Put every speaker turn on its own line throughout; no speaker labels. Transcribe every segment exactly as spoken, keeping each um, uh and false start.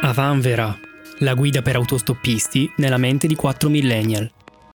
Avanvera, la guida per autostoppisti nella mente di quattro millennial.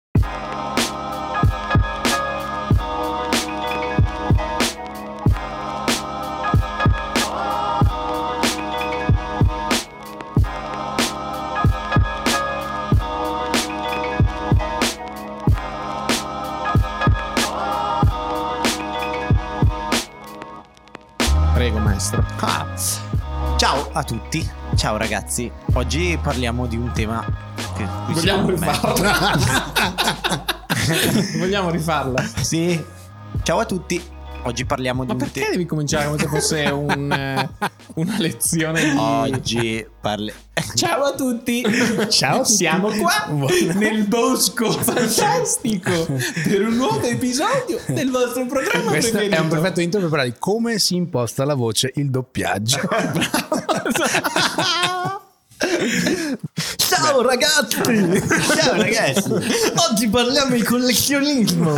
Prego, maestro.
Ah, ciao a tutti, ciao ragazzi. Oggi parliamo di un tema che
Vogliamo
secondo me-
rifarla? Vogliamo rifarla?
Sì. Ciao a tutti. Oggi parliamo di
Ma
un
perché
tema.
devi cominciare come se fosse un, eh, una lezione di...
Oggi parli.
Ciao a tutti.
Ciao a tutti.
Siamo qua nel bosco fantastico per un nuovo episodio del vostro programma
Questo
preferito.
è un perfetto intro per parlare di come si imposta la voce, il doppiaggio.
Ciao ragazzi. Ciao ragazzi. Oggi parliamo di collezionismo.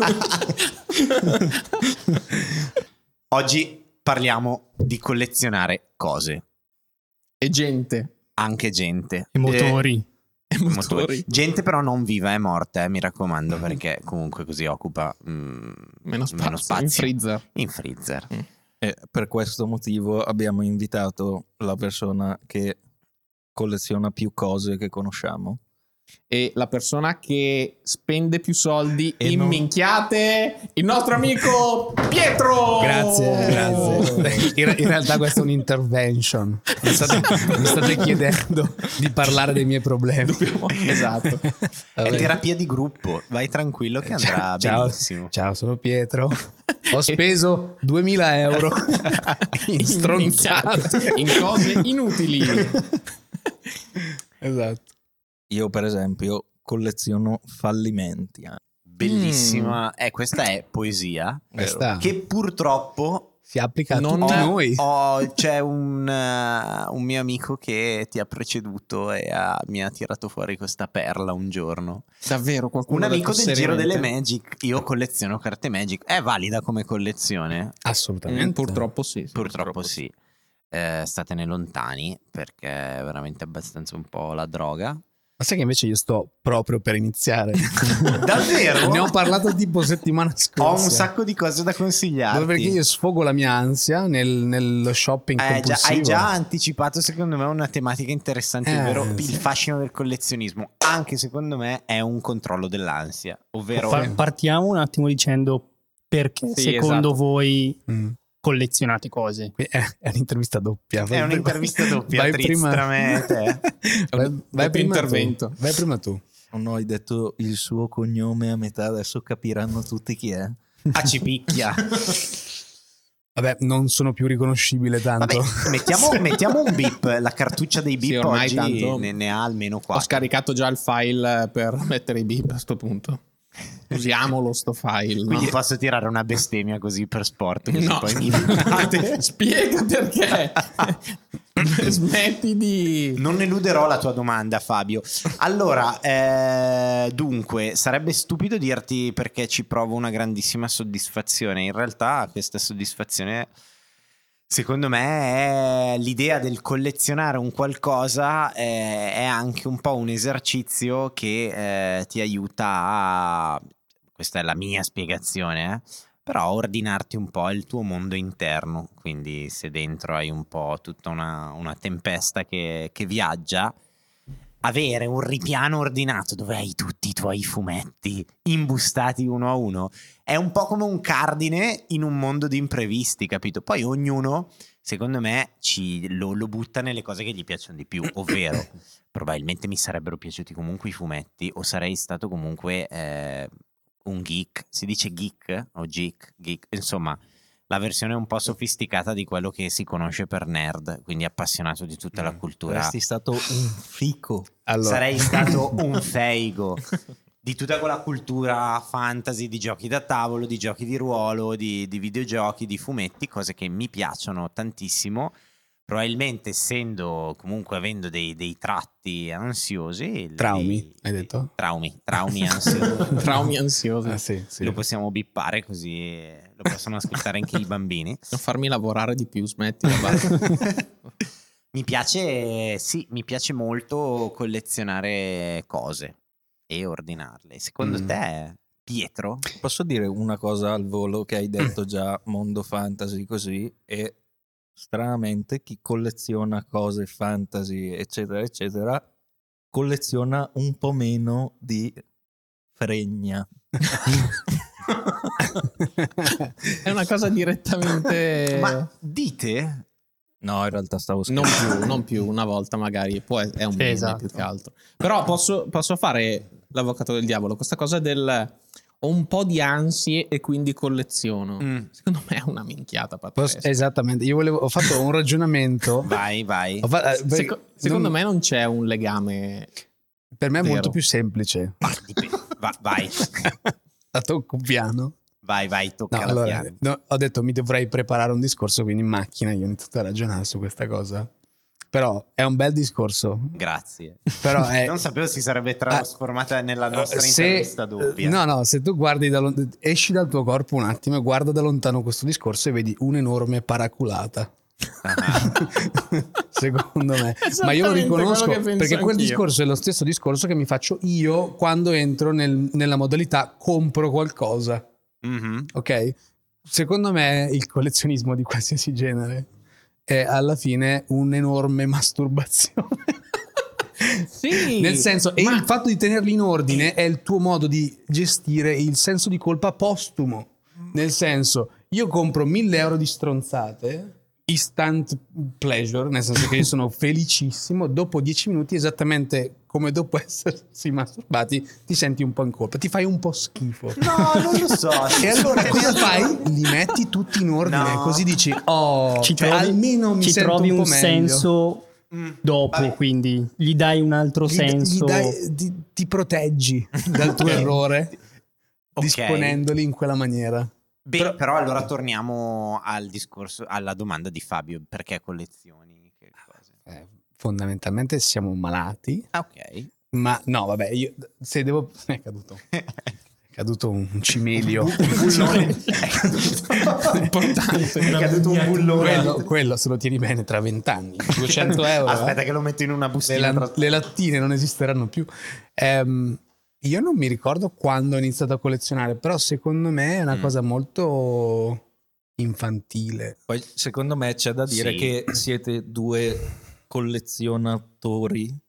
Oggi parliamo di collezionare cose,
E gente.
anche gente.
E motori.
E
Eh,
motori.
motori. Gente però non viva, è morta, eh, mi raccomando, perché comunque così occupa mm,
Meno spazio. In freezer.
In freezer.
E per questo motivo abbiamo invitato la persona che colleziona più cose che conosciamo.
E la persona che spende più soldi
E
in
non-
minchiate, il nostro amico Pietro.
Grazie, grazie. In, in realtà questo è un intervention. Mi state, mi state chiedendo di parlare dei miei problemi.
Esatto.
È
Vabbè.
terapia di gruppo, vai tranquillo che andrà
Ciao,
benissimo.
ciao, sono Pietro. Ho speso duemila euro in stronzate.
In cose inutili.
Esatto.
Io per esempio colleziono fallimenti. eh.
Bellissima. Eh, questa è poesia
Questa
che purtroppo
si applica a
Non-
tutti
ho-
noi.
ho- c'è un, eh, un mio amico che ti ha preceduto e ha- mi ha tirato fuori questa perla un giorno.
Davvero, qualcuno
Un
ha
amico
detto
del giro delle
seriamente?
Magic. Io colleziono carte Magic. È valida come collezione?
Assolutamente.
Mm, purtroppo sì. sì,
Purtroppo sì. Eh, statene lontani perché è veramente abbastanza un po' la droga.
Ma sai che invece io sto proprio per iniziare?
Davvero?
Ne ho parlato tipo settimana scorsa.
Ho un sacco di cose da consigliarti.
Dove perché io sfogo la mia ansia nel, nello shopping
Eh, già-
compulsivo.
hai già anticipato secondo me una tematica interessante,
Eh,
ovvero
sì.
il fascino del collezionismo. Anche secondo me è un controllo dell'ansia, ovvero
Pa- partiamo un attimo dicendo perché
Sì,
secondo
esatto.
voi
Mm.
collezionate cose.
È, è un'intervista doppia.
è un'intervista doppia.
Vai
Trizz,
prima
tra me e te.
Vai, vai
doppio
prima
intervento.
tu. Vai prima tu.
Non ho detto il suo cognome a metà, adesso capiranno tutti chi è.
Ah, ci picchia.
Vabbè, non sono più riconoscibile tanto.
Vabbè, mettiamo, mettiamo un beep. La cartuccia dei beep
Sì, ormai
oggi
tanto-
ne, ne ha almeno
Ho
quattro.
scaricato già il file per mettere i beep a sto punto. Usiamolo sto file.
Quindi
no?
posso tirare una bestemmia così per sport, così
No.
poi mi invitate.
Spiega perché. Smetti di...
Non eluderò la tua domanda, Fabio. Allora, eh, dunque, sarebbe stupido dirti perché ci provo una grandissima soddisfazione. In realtà questa soddisfazione, secondo me, è l'idea del collezionare un qualcosa, eh, è anche un po' un esercizio che eh, ti aiuta a... Questa è la mia spiegazione, eh? Però a ordinarti un po' il tuo mondo interno. Quindi se dentro hai un po' tutta una, una tempesta che, che viaggia, avere un ripiano ordinato dove hai tutti i tuoi fumetti imbustati uno a uno è un po' come un cardine in un mondo di imprevisti, capito? Poi ognuno, secondo me, ci, lo, lo butta nelle cose che gli piacciono di più, ovvero probabilmente mi sarebbero piaciuti comunque i fumetti o sarei stato comunque eh, un geek, si dice geek o geek, geek, insomma la versione un po' sofisticata di quello che si conosce per nerd, quindi appassionato di tutta la cultura.
Saresti stato un fico.
Allora,
Sarei stato un feigo di tutta quella cultura fantasy, di giochi da tavolo, di giochi di ruolo, di, di videogiochi, di fumetti, cose che mi piacciono tantissimo. Probabilmente, essendo comunque avendo dei, dei tratti ansiosi,
Traumi,
dei-
hai detto?
Traumi, traumi ansiosi.
Traumi ansiosi.
ah, sì, sì.
Lo possiamo bippare così lo possono ascoltare anche i bambini.
Non farmi lavorare di più, smetti.
Mi piace, sì, mi piace molto collezionare cose e ordinarle. Secondo
Mm.
te, Pietro?
Posso dire una cosa al volo che hai detto già, mondo fantasy così, e stranamente chi colleziona cose fantasy eccetera eccetera colleziona un po' meno di fregna.
È una cosa direttamente...
Ma dite?
No, in realtà stavo
Non
scherzando.
più, non più, una volta magari, può, è un
Sì,
meme
esatto.
più che altro. Però posso, posso fare l'avvocato del diavolo, questa cosa del ho un po' di ansie e quindi colleziono.
Mm.
Secondo me è una minchiata
Posso-
pazzesca.
esattamente, io volevo, ho fatto un ragionamento.
Vai, vai.
Ho fa- eh,
Seco-
beh,
secondo
non-
me non c'è un legame.
per me è
vero.
molto più semplice.
Va, dip- va- vai,
La tocco piano.
vai, vai, tocca
No,
la
allora,
piano.
no, ho detto mi dovrei preparare un discorso, quindi in macchina io ho iniziato a ragionare su questa cosa. Però è un bel discorso.
Grazie.
Però è,
Non sapevo si sarebbe trasformata nella nostra
se-
intervista doppia.
No, no, se tu guardi da lon- esci dal tuo corpo un attimo e guarda da lontano questo discorso e vedi un'enorme paraculata.
Ah.
Secondo me, ma io lo
Esattamente
riconosco
quello che penso
perché quel
anch'io.
discorso è lo stesso discorso che mi faccio io quando entro nel- nella modalità compro qualcosa.
Mhm.
Ok? Secondo me il collezionismo di qualsiasi genere è alla fine un'enorme masturbazione.
Sì,
Nel senso, e
ma-
il fatto di tenerli in ordine è il tuo modo di gestire il senso di colpa postumo. Nel senso, io compro mille euro di stronzate, instant pleasure, nel senso che io sono felicissimo, dopo dieci minuti, esattamente come dopo essersi masturbati, ti senti un po' in colpa, ti fai un po' schifo.
No, non lo so.
E allora cosa fai? Li metti tutti in ordine,
No.
così dici, oh,
Ci
cioè,
trovi,
almeno mi
ci
sento
trovi
un
un,
po' meglio.
senso
Mm.
dopo,
Vabbè.
quindi gli dai un altro
Gli- gli
senso.
dai- ti, ti proteggi dal tuo
Ok.
errore
Ok.
disponendoli in quella maniera.
Beh,
Però-
però, allora torniamo al discorso, alla domanda di Fabio, perché collezioni? Che cose?
Eh, fondamentalmente siamo malati,
Ah, ok.
ma no, vabbè, io se devo è caduto. È caduto un, un cimelio.
È caduto.
Importante.
È caduto un bullone.
quello, quello se lo tieni bene tra vent'anni, duecento euro.
Aspetta
eh.
che lo metto in una
le,
bustina.
la-
tra-
le lattine non esisteranno più. Ehm, io non mi ricordo quando ho iniziato a collezionare, però secondo me è una
Mm.
cosa molto infantile.
Poi secondo me c'è da dire
Sì.
che siete due collezionatori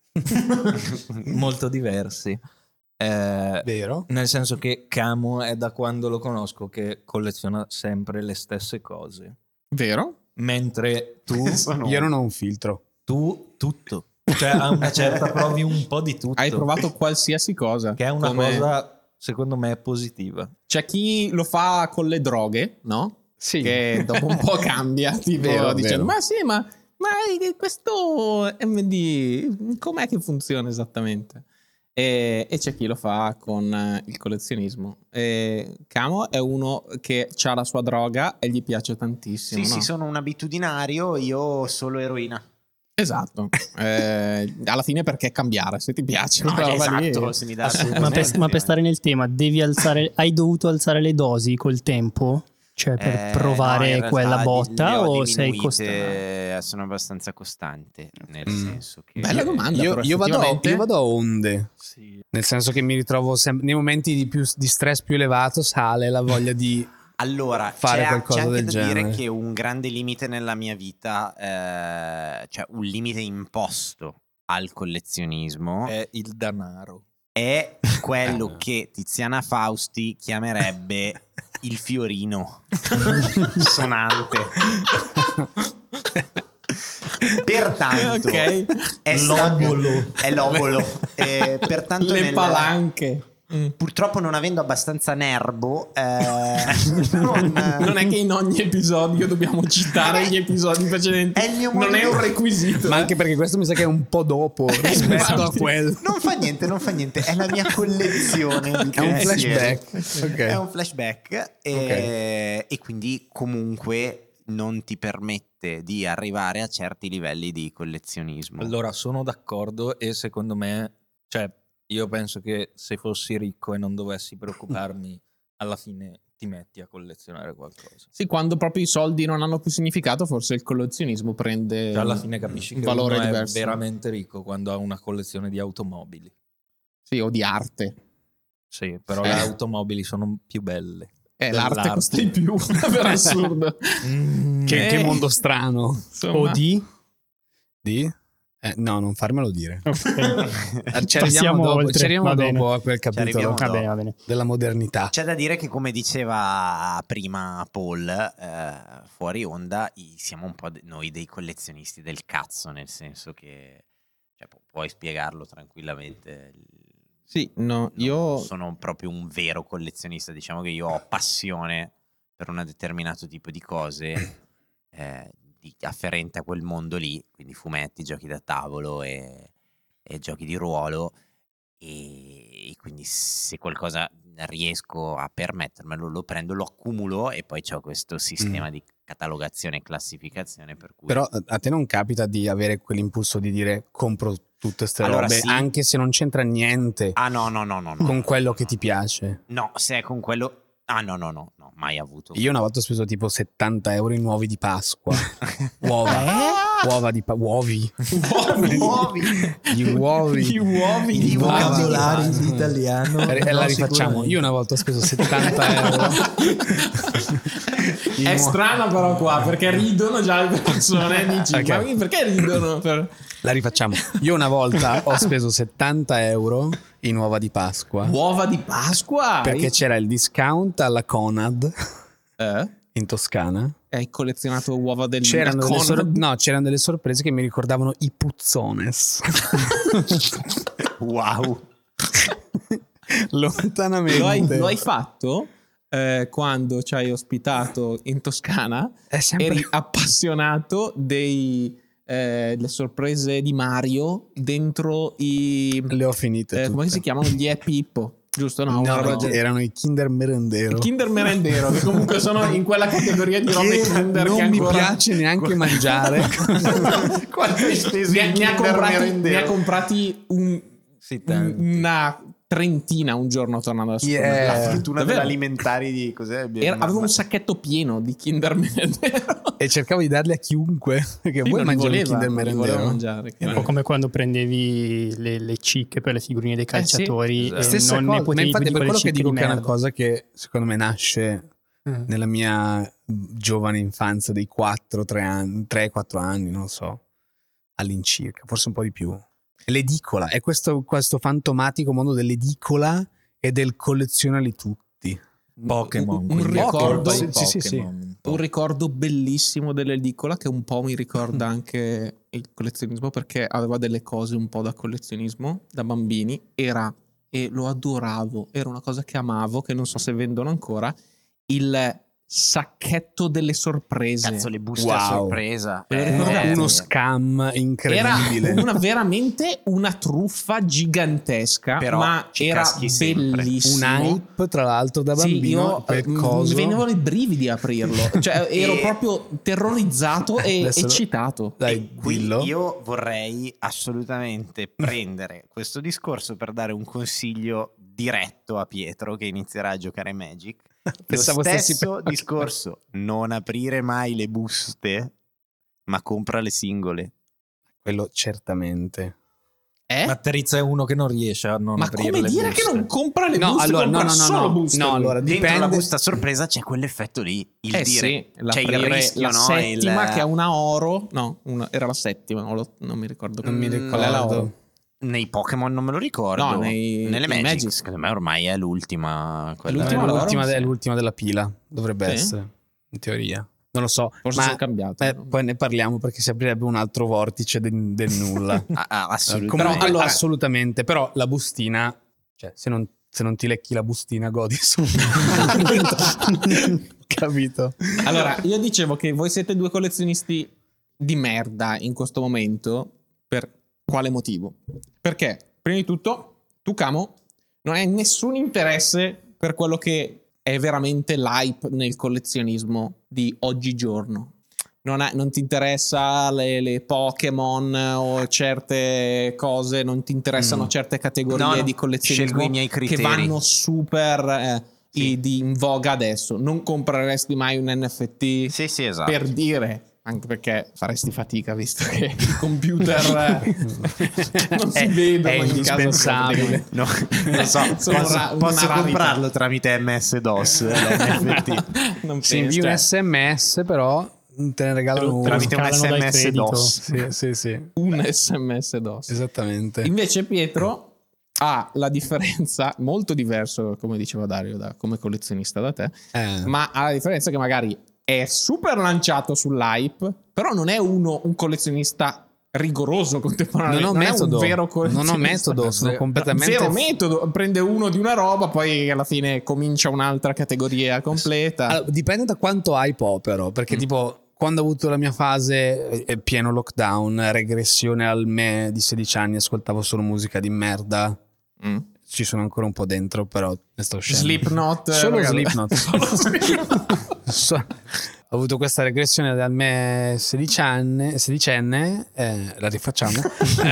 molto diversi. Eh,
Vero?
nel senso che Camo è da quando lo conosco che colleziona sempre le stesse cose.
Vero?
Mentre tu,
Sono-
Io non ho un filtro.
tu tutto. Cioè a una certa provi un po' di tutto.
Hai provato qualsiasi cosa.
Che è una
Come-
cosa secondo me positiva.
C'è chi lo fa con le droghe, no?
Sì.
Che dopo un po' cambia, tipo
Vero,
dicendo,
vero.
ma sì, ma, ma questo M D com'è che funziona esattamente? E, e c'è chi lo fa con eh, il collezionismo. E Camo è uno che ha la sua droga e gli piace tantissimo.
Sì,
no?
sì, sono un abitudinario, io solo eroina.
Esatto. Eh, alla fine perché cambiare? Se ti piace,
No,
quella roba lì-
esatto, se mi dà
Ma per, ma per stare nel tema, devi alzare, hai dovuto alzare le dosi col tempo? Cioè per
Eh,
provare
no, in realtà
quella
di-
botta
le ho
o sei
diminuite,
costante?
sono abbastanza costante, nel
Mm.
senso che
Bella domanda.
Io,
però,
io vado,
effettivamente-
io vado a onde,
Sì.
nel senso che mi ritrovo sempre nei momenti di, più, di stress più elevato, sale la voglia di
Allora,
fare
c'è,
qualcosa
c'è anche
del
da
genere.
dire che un grande limite nella mia vita, eh, cioè un limite imposto al collezionismo,
È il danaro.
è quello che Tiziana Fausti chiamerebbe il fiorino suonante. Pertanto,
Ok.
è stato-
L'obolo.
è l'obolo. Eh, pertanto
Le
nel-
palanche. Mm.
Purtroppo non avendo abbastanza nervo, eh, non,
Non è che in ogni episodio dobbiamo citare gli episodi precedenti.
È il mio modo
non è
di-
un requisito.
Ma
eh.
anche perché questo mi sa che è un po' dopo rispetto a quello.
Non fa niente, non fa niente, è la mia collezione di
È un
pensieri.
flashback. Ok.
È un flashback e, e quindi comunque non ti permette di arrivare a certi livelli di collezionismo.
Allora, sono d'accordo e secondo me, cioè, io penso che se fossi ricco e non dovessi preoccuparmi, alla fine ti metti a collezionare qualcosa.
Sì, quando proprio i soldi non hanno più significato, forse il collezionismo prende
Cioè, alla fine capisci
un
che
valore
uno è
diverso.
veramente ricco quando ha una collezione di automobili.
Sì, o di arte.
Sì, però
Eh.
le automobili sono più belle.
Eh, l'arte
Dell'arte.
costa di più, per assurdo.
Mm.
Che,
Eh.
che mondo strano.
Insomma.
O di?
Di? Eh, no, non farmelo dire.
Ok.
Ci arriviamo
Passiamo
dopo,
oltre,
ci arriviamo
va bene.
dopo a quel
arriviamo
capitolo
dopo.
Va bene, va bene.
della modernità.
C'è da dire che, come diceva prima Paul, eh, fuori onda, i- siamo un po' de- noi dei collezionisti del cazzo, nel senso che cioè, pu- puoi spiegarlo tranquillamente.
Sì, no,
Non
io
sono proprio un vero collezionista, diciamo che io ho passione per un determinato tipo di cose eh, di- afferente a quel mondo lì, quindi fumetti, giochi da tavolo e, e giochi di ruolo, e, e quindi se qualcosa riesco a permettermelo lo prendo, lo accumulo e poi c'ho questo sistema
Mm.
di catalogazione e classificazione per cui
Però a te non capita di avere quell'impulso di dire compro tutte ste
Allora,
robe,
sì.
anche se non c'entra niente
ah no no no no no
con
no,
quello
no,
che
no.
ti piace?
No, se è con quello ah no no no no mai avuto.
Io una volta ho speso tipo settanta euro in uovi di Pasqua. Uova. Uova di pa- uovi.
Uovi.
Gli uovi.
gli uovi
Gli
di
uovi.
uova.
Vocabolari
in italiano.
E e la rifacciamo. Io una volta ho speso settanta euro. in
È
uo-
strana però qua, perché ridono già le persone e dici,
Ok.
ma perché ridono? Per...
La rifacciamo. Io una volta ho speso settanta euro in uova di Pasqua
Uova di Pasqua?
perché c'era il discount alla Conad
Eh?
in Toscana.
Hai collezionato uova del
C'erano delle,
Conad?
sor- no, c'erano delle sorprese che mi ricordavano i puzzones.
Wow.
Lontanamente.
Lo hai, lo hai fatto eh, quando ci hai ospitato in Toscana?
È sempre...
Eri appassionato dei, eh, delle sorprese di Mario dentro i...
Le ho finite
eh, come
tutte.
si chiamano? Gli Happy Hippo, giusto? No,
No,
una
no,
roba del-
erano i Kinder Merendero.
Il Kinder Merendero, che comunque sono in quella categoria di robe
Che
Kinder
non
che
mi
ancora...
piace neanche mangiare.
Quanto hai speso
Ne,
in
ne ha
Kinder
comprati,
Merendero?
ne ha comprati un,
Sì,
un- una trentina un giorno tornando al
Yeah.
supermercato.
La fortuna
Davvero?
dell'alimentari di cos'è?
Era- avevo un sacchetto pieno di Kinder Merendero.
E cercavo di darli a chiunque. Perché
Sì,
vuoi
non li
mangiare il
voleva,
Kinder
non li
Merendero?
voleva mangiare.
È un po' come quando prendevi le, le cicche per le figurine dei
sì,
calciatori
esatto.
e
Stessa
non ne
cosa, ma
potevi
infatti
più
per
di
quello
quelle
che
cicche
dico
di
che è una
merda.
cosa che secondo me nasce
Mm.
nella mia giovane infanzia dei quattro tre anni, tre quattro anni, non lo so, all'incirca, forse un po' di più. L'edicola, è questo, questo fantomatico mondo dell'edicola e del collezionarli tutti.
Pokémon.
Un, un
quindi è
ricordo,
colpa di
sì, sì, sì.
Pokémon, un po'.
un ricordo bellissimo dell'edicola che un po' mi ricorda anche il collezionismo, perché aveva delle cose un po' da collezionismo da bambini. Era, e lo adoravo, era una cosa che amavo, che non so se vendono ancora, il sacchetto delle sorprese.
Cazzo, le buste
Wow.
a sorpresa.
Ve lo
Eh,
ricordate?
Uno scam incredibile.
Era una, veramente una truffa gigantesca,
Però
ma
ci
era
caschi sempre.
bellissimo.
Un hype, tra l'altro, da
Sì,
bambino.
io,
per
eh, m-
coso.
mi venivano i brividi a aprirlo, cioè ero
E-
proprio terrorizzato e
Adesso lo-
eccitato.
Dai,
E qui
dillo.
io vorrei assolutamente prendere questo discorso per dare un consiglio diretto a Pietro che inizierà a giocare Magic. Lo
Pensavo stessi
stesso
per-
discorso, non aprire mai le buste, ma compra le singole.
Quello certamente.
Eh?
Ma Terizza è uno che non riesce a non
Ma
aprire
come
le
dire
buste.
che non compra le
No,
buste,
allora, no,
compra
no, no,
solo
no.
buste?
No, allora,
Dentro la
dipende.
busta sorpresa c'è quell'effetto lì, il
eh
dire,
sì,
c'è il
l'aprire
rischio,
la
no?
settima
Il-
che è una oro, no, una- era la settima, non, lo- non mi ricordo.
Non mi
Mm,
ricordo.
qual è la oro.
Nei Pokémon non me lo ricordo.
No, nei-
Nelle
nei
Magic,
Magic.
secondo me ormai è l'ultima. quella-
l'ultima
è
loro?
l'ultima,
Sì.
è l'ultima della pila, dovrebbe
Sì?
essere, in teoria. Non lo so,
Forse
ma
sono cambiato.
eh, poi ne parliamo perché si aprirebbe un altro vortice del, del nulla.
Ah, ah, assolutamente.
Comunque,
Però, allora-
assolutamente, però la bustina, cioè se non, se non ti lecchi la bustina godi su. Capito?
Allora, io dicevo che voi siete due collezionisti di merda in questo momento. Per quale motivo? Perché, prima di tutto, tu, Camo, non hai nessun interesse per quello che è veramente l'hype nel collezionismo di oggigiorno. Non, ha- non ti interessa le, le Pokémon o certe cose, non ti interessano
Mm.
certe categorie
No, no,
di collezionismo
scelgo i miei
che
criteri.
vanno super... eh,
Sì.
i- di in voga adesso. Non compreresti mai un N F T
Sì, sì, esatto.
per dire, anche perché faresti fatica visto che i computer eh, non si
È-
vedono
è
in casa
indispensabile.
No, non so,
Sono
posso,
ra- una
posso
rarità.
comprarlo tramite M S DOS, l'N F T.
Non
Si invia
penso.
un S M S, però te ne regalano uno.
Tramite un
scalano dal
S M S
credito.
DOS.
Sì, sì, sì.
Un S M S DOS.
Esattamente.
Invece Pietro ha la differenza, molto diverso, come diceva Dario, da, come collezionista da te,
Eh.
ma ha la differenza che magari è super lanciato sull'hype, però non è uno un collezionista rigoroso contemporaneamente.
Non ho
è
metodo.
un vero
Non
collezionista.
ho metodo, sono completamente
Zero metodo, prende uno di una roba, poi alla fine comincia un'altra categoria completa.
Allora, dipende da quanto hype ho, però, perché
Mm.
tipo quando ho avuto la mia fase eh, pieno lockdown, regressione al me di sedici anni, ascoltavo solo musica di merda.
Mm.
Ci sono ancora un po' dentro, però ne sto uscendo.
Slipknot,
Solo
ragazzi.
Slipknot.
Solo Slipknot.
So- ho avuto questa regressione dal me sedicenne, sedicenne eh, la rifacciamo.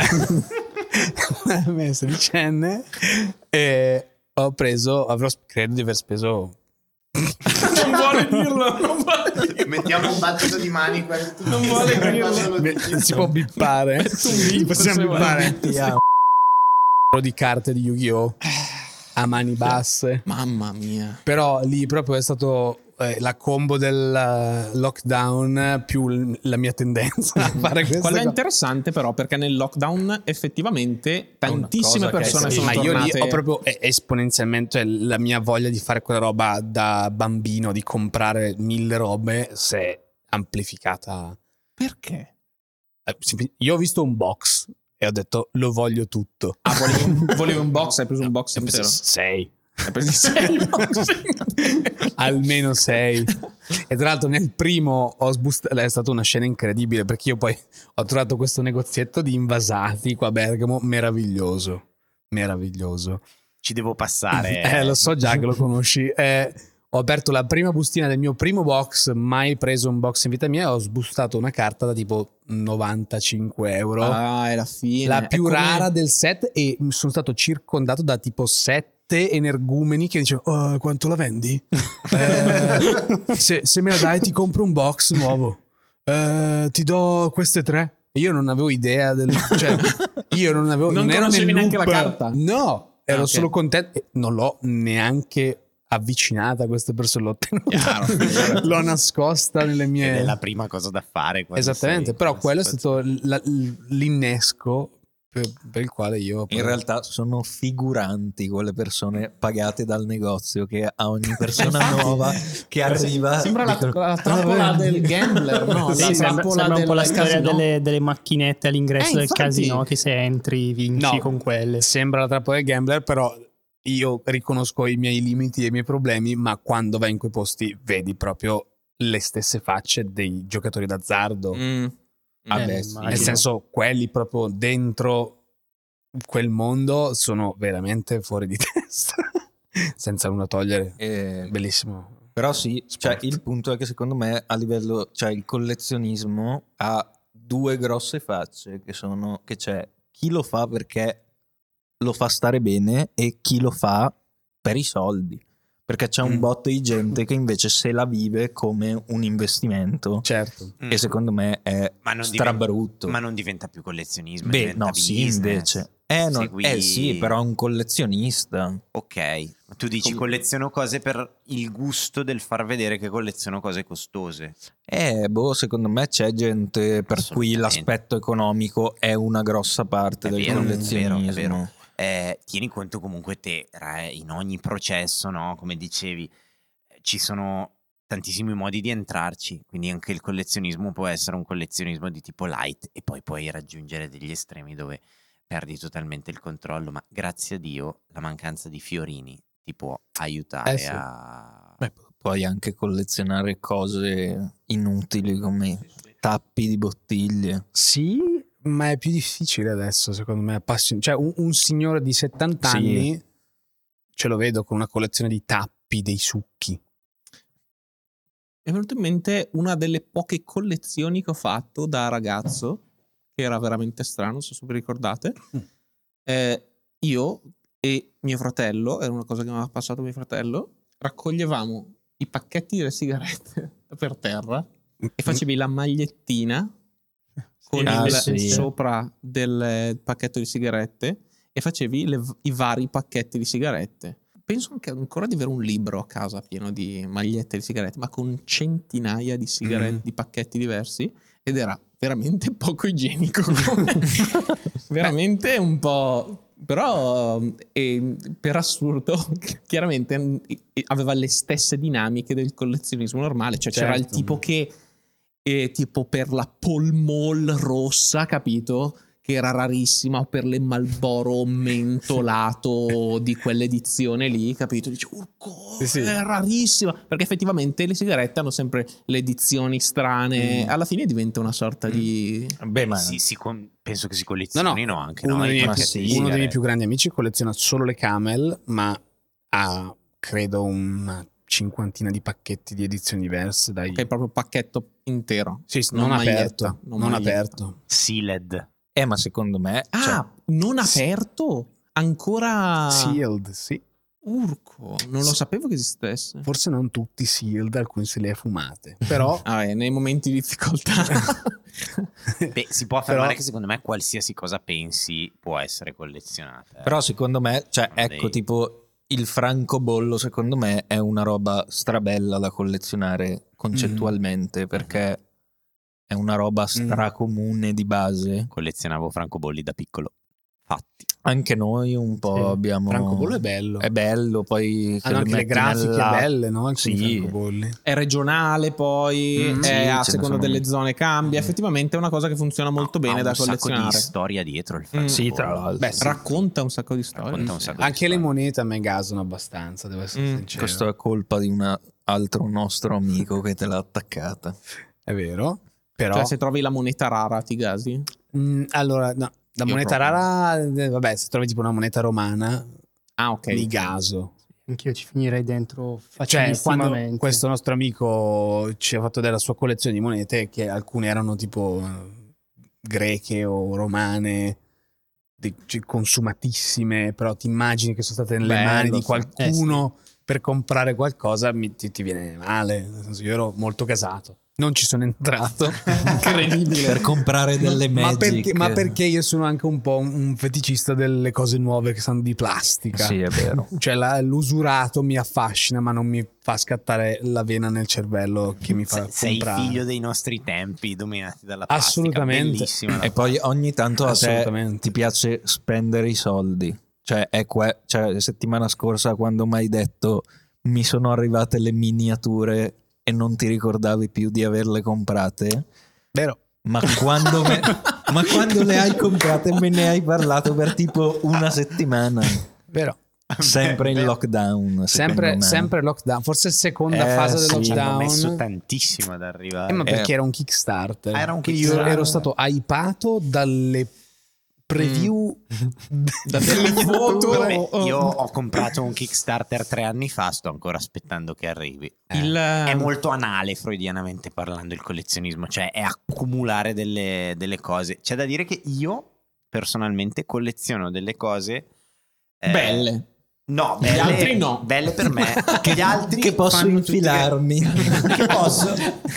Dal me sedicenne e ho preso, avrò credo di aver speso
Non vuole dirlo, non vuole dirlo.
Mettiamo un battito di mani.
Non vuole dirlo.
Beh, si può bippare.
Metti un bip,
Possiamo
se vuoi.
bippare. Yeah. Di carte di Yu-Gi-Oh! A mani basse.
Mamma mia.
Però lì proprio è stato eh, la combo del eh, lockdown più l- la mia tendenza a fare questa
Quello è
cosa.
interessante però perché nel lockdown effettivamente tantissime
cosa che
persone
è-
sono
Ma io lì
tornate.
ho proprio eh, esponenzialmente, cioè la mia voglia di fare quella roba da bambino, di comprare mille robe, si è amplificata.
Perché?
Eh, semplic- Io ho visto un box e ho detto lo voglio tutto.
Ah, volevi, volevi un box, hai preso un box
Ho preso
intero.
sei.
Hai preso sei box.
Almeno sei. E tra l'altro nel primo ho sbustato, è stata una scena incredibile perché io poi ho trovato questo negozietto di invasati qua a Bergamo, meraviglioso, meraviglioso.
Ci devo passare.
Eh, lo so già che lo conosci. Eh, ho aperto la prima bustina del mio primo box, mai preso un box in vita mia, e ho sbustato una carta da tipo novantacinque euro.
Ah, è la fine.
La
È
più
come-
rara del set, e sono stato circondato da tipo sette energumeni che dicevano "Oh, quanto la vendi? Eh, se, se me la dai ti compro un box nuovo. Eh, ti do queste tre." E io non avevo idea del, cioè io non avevo
Non
ero
conoscevi
nel
neanche
loop.
la carta?
No, ero
Ah, ok.
solo contento e non l'ho neanche avvicinata a queste persone, l'ho tenuta.
Chiaro.
l'ho nascosta nelle mie
Ed è la prima cosa da fare. quando
esattamente,
sei
però
in
quello è
situazione.
stato la- l'innesco per, per il quale io
In realtà sono figuranti quelle persone pagate dal negozio che a ogni persona nuova che arriva
Sembra la,
dicono,
la trappola
"Ah,
del
vendi?"
gambler, no?
Sì,
la
sembra,
trappola
sembra un po' la
del
storia
casino.
delle, delle macchinette all'ingresso
Eh,
del
infatti.
casino, che se entri vinci
No,
con quelle.
sembra la trappola del gambler, però io riconosco i miei limiti e i miei problemi, ma quando vai in quei posti vedi proprio le stesse facce dei giocatori d'azzardo.
Mm.
Ah,
Eh,
beh, sì.
immagino.
Nel senso, quelli proprio dentro quel mondo sono veramente fuori di testa. Senza nulla togliere.
Eh,
Bellissimo.
Però sì, cioè,
Sport.
il punto è che secondo me a livello, cioè il collezionismo ha due grosse facce che sono che c'è chi lo fa perché lo fa stare bene e chi lo fa per i soldi. Perché c'è un
Mm.
botto di gente che invece se la vive come un investimento
Certo.
Mm.
e secondo me è
Ma non
strabrutto.
Ma non diventa più collezionismo.
Beh,
diventa
no, sì,
business.
invece. Eh, no,
Segui-
eh sì, però è un collezionista.
Ok, ma tu dici
Com-
colleziono cose per il gusto del far vedere che colleziono cose costose.
Eh, boh, secondo me c'è gente per cui
Assolutamente.
l'aspetto economico è una grossa parte
È
del
vero, è
collezionismo.
vero, è vero. Eh, tieni conto comunque te, Ra, in ogni processo, no? Come dicevi, eh, ci sono tantissimi modi di entrarci, quindi anche il collezionismo può essere un collezionismo di tipo light e poi puoi raggiungere degli estremi dove perdi totalmente il controllo, ma grazie a Dio la mancanza di fiorini ti può aiutare
Eh sì.
a...
Beh, puoi anche collezionare cose inutili come tappi di bottiglie.
Sì, ma è più difficile adesso, secondo me. Appassion- cioè, un, un signore di settanta
Sì.
anni ce lo vedo con una collezione di tappi dei succhi.
Mi è venuto in mente una delle poche collezioni che ho fatto da ragazzo, che era veramente strano, non so se vi ricordate.
Mm.
Eh, io e mio fratello, era una cosa che mi aveva passato mio fratello, raccoglievamo i pacchetti delle sigarette per terra e facevi la magliettina con
Ah,
il
sì.
sopra del pacchetto di sigarette e facevi le- i vari pacchetti di sigarette. Penso anche ancora di avere un libro a casa pieno di magliette di sigarette, ma con centinaia di sigarette,
Mm.
di pacchetti diversi, ed era veramente poco igienico. Veramente un po'. Però eh, per assurdo chiaramente eh, aveva le stesse dinamiche del collezionismo normale, cioè c'era il
Certo.
tipo che eh, tipo per la Pall Mall rossa, capito? Che era rarissima, o per le Marlboro mentolato di quell'edizione lì, capito? Dice, urco,
Sì, sì.
è rarissima, perché effettivamente le sigarette hanno sempre le edizioni strane,
Mm.
alla fine diventa una sorta di...
Beh, ma
Sì, si con- penso che si
No,
collezionino
no,
anche.
uno,
no?
dei
I
miei,
pacchetti
sì,
di
uno dei miei
sigarette.
più grandi amici colleziona solo le Camel, ma ha credo una cinquantina di pacchetti di edizioni diverse. Dai.
Che è proprio pacchetto intero.
Sì, sì,
non
non,
maglietta,
aperto,
non
non,
maglietta.
aperto.
Sealed.
Eh, ma secondo me...
Ah,
cioè,
non aperto? Ancora...
Sealed, sì.
Urco, non lo sapevo che esistesse.
Forse non tutti sealed, alcuni se le ha fumate. Però
Ah, beh, nei momenti di difficoltà.
Beh, si può affermare
Però-
che secondo me qualsiasi cosa pensi può essere collezionata. eh.
Però secondo me, cioè,
Sono
ecco,
dei-
tipo il francobollo, secondo me è una roba strabella da collezionare concettualmente, perché è una roba stracomune di base.
Collezionavo francobolli da piccolo. Fatti.
Anche noi un po'
Sì.
abbiamo...
francobollo è bello.
È bello, poi... che
Hanno
le
anche le
metti
grafiche
nella-
belle, no? Alcuni
Sì.
francobolli.
È regionale, poi
Mm.
è
Sì,
a
ce ne
seconda
sono.
delle zone cambia. Effettivamente è una cosa che funziona molto
Ha
bene
un
da
sacco
collezionare.
di storia dietro il
Mm.
francobollo.
Sì, tra l'altro.
Beh, sì.
Racconta un sacco di storie.
Racconta un
sì.
sacco di
Anche le
storie.
monete a me gasano abbastanza, devo essere
Mm,
sincero.
Questo è colpa di un altro nostro amico che te l'ha attaccata.
È vero. Però,
Cioè, se trovi la moneta rara, ti gasi?
Mm, allora, no, la
Io
moneta
proprio.
rara, eh, vabbè, se trovi tipo una moneta romana,
Ah, ok.
mi gaso.
Anch'io ci finirei dentro
Cioè, quando
facilissimamente.
questo nostro amico ci ha fatto della sua collezione di monete, che alcune erano tipo eh, greche o romane, di- cioè, consumatissime, però ti immagini che sono state nelle
Bello,
mani di
sì.
qualcuno per comprare qualcosa, mi- ti, ti viene male. Nel senso, io ero molto gasato. Non ci sono entrato.
Incredibile.
Per comprare delle
ma,
Magic.
perché, ma perché io sono anche un po' un, un feticista delle cose nuove che sono di plastica.
Sì, è vero.
Cioè la- l'usurato mi affascina, ma non mi fa scattare la vena nel cervello che mi fa
Se- Sei
comprare.
figlio dei nostri tempi dominati dalla plastica.
Assolutamente.
Bellissima la
E poi ogni tanto a te
Assolutamente.
ti piace spendere i soldi. Cioè, è que- cioè, la settimana scorsa quando mi hai detto mi sono arrivate le miniature e non ti ricordavi più di averle comprate,
Vero?
ma quando, me- ma quando le hai comprate me ne hai parlato per tipo una settimana.
Vero.
Sempre in lockdown.
Sempre,
secondo me.
sempre lockdown. Forse seconda
Eh,
fase
sì.
del
Ci hanno
lockdown.
messo tantissimo ad arrivare.
Eh, ma perché
Eh.
era un Kickstarter.
Ah, era un
Quindi
Kickstarter.
Io ero stato hypato dalle preview
Da delle foto.
Vabbè, io ho comprato un Kickstarter tre anni fa, sto ancora aspettando che arrivi.
Il,
È molto anale, freudianamente parlando, il collezionismo, cioè è accumulare delle, delle cose. C'è da dire che io personalmente colleziono delle cose eh,
belle.
No,
Gli
belle,
altri no.
Belle per me.
Che-
Gli altri
che posso
fanno tutti
infilarmi.
Che, che posso?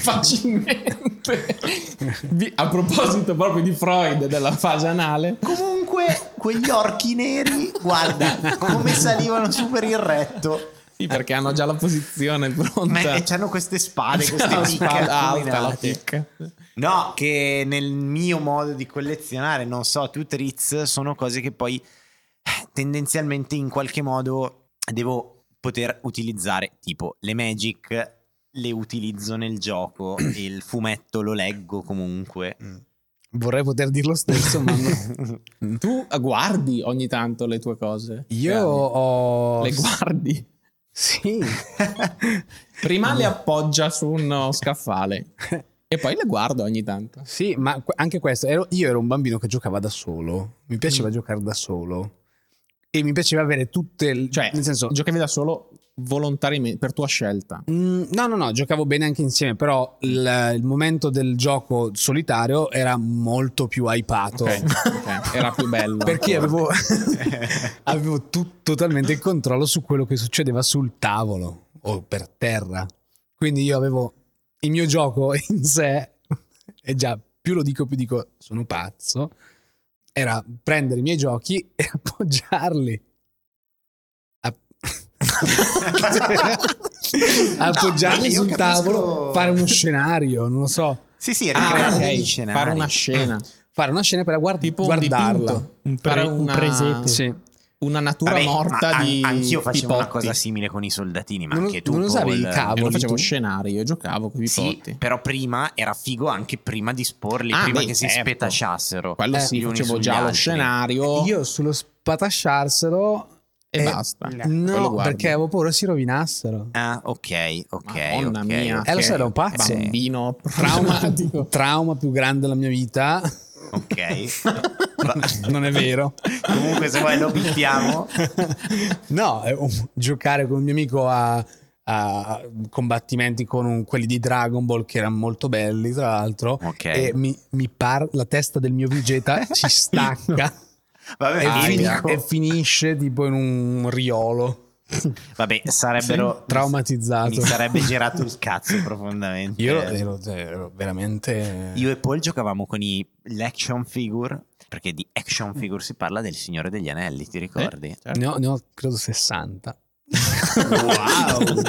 Facilmente. Vi- A proposito proprio di Freud e della fase anale.
Comunque, quegli orchi neri, guarda come salivano su per il retto.
Sì, perché hanno già la posizione
Ma
pronta.
e c'hanno queste spade, queste
La
picche
spada alta, la
accuminate.
picca.
No, che nel mio modo di collezionare, non so, tu Trizz, sono cose che poi eh, tendenzialmente in qualche modo devo poter utilizzare, tipo le Magic le utilizzo nel gioco, il fumetto lo leggo comunque.
Vorrei poter dire lo stesso, ma no.
Tu guardi ogni tanto le tue cose.
Io
Cioè,
ho...
le guardi.
Sì.
Prima le appoggia su uno scaffale e poi le guardo ogni tanto.
Sì, ma que- anche questo, ero- io ero un bambino che giocava da solo, mi piaceva
Mm.
giocare da solo e mi piaceva avere tutte, le-
Cioè,
nel senso,
giocavi da solo volontariamente, per tua scelta.
Mm, no, no, no, giocavo bene anche insieme, però il, il momento del gioco solitario era molto più hypato.
Ok, ok, era più bello.
Perché avevo, avevo tu- totalmente il controllo su quello che succedeva sul tavolo. o per terra. Quindi io avevo il mio gioco in sé, e già più lo dico più dico sono pazzo, era prendere i miei giochi e appoggiarli. A- appoggiarli
io
sul
capisco-
tavolo, fare uno scenario, non lo so.
Sì, sì,
Ah,
ricreare
ok,
degli scenari.
fare una scena.
Fare una scena per guard-
Tipo un
guardarla.
dipinto.
Un, pre-
Fare
un
una-
presepe.
Sì.
Una natura
Vabbè,
morta
ma an-
di
anch'io facevo una
pipotti.
cosa simile con i soldatini, ma
Non-
anche tu
non usavi
Paul,
i cavoli?
Io non facevo
tu?
scenari, io giocavo con i
Sì,
pipotti.
però prima era figo anche prima di sporli,
Ah,
prima
beh,
che si
certo.
spetasciassero.
Quello
Eh,
sì,
gli uni
facevo
sugli
già lo
altri.
scenario
Io sullo spatasciarselo
e
eh,
basta. Quello
no,
guardi.
perché avevo paura si rovinassero.
Ah, ok, ok.
Madonna
ok,
mia,
ok.
Eh, lo so, ero pazzo.
bambino
Trauma,
traumatico.
trauma più grande della mia vita.
Ok. Va-
Non è vero.
Comunque, se vuoi lo bippiamo.
No, è un- giocare con un mio amico a, a combattimenti con un- quelli di Dragon Ball che erano molto belli, tra l'altro.
Ok.
E mi, mi par la testa del mio Vegeta si stacca
Vabbè,
e,
Ah,
fini-
ecco.
e finisce tipo in un riolo.
Vabbè, sarebbero
Traumatizzato.
Mi sarebbe girato il cazzo profondamente.
Io ero, ero veramente.
Io e Paul giocavamo con i l'action figure, perché di action figure si parla del Signore degli Anelli, ti ricordi?
Certo.
Ne ho, ne ho credo sessanta.
Wow.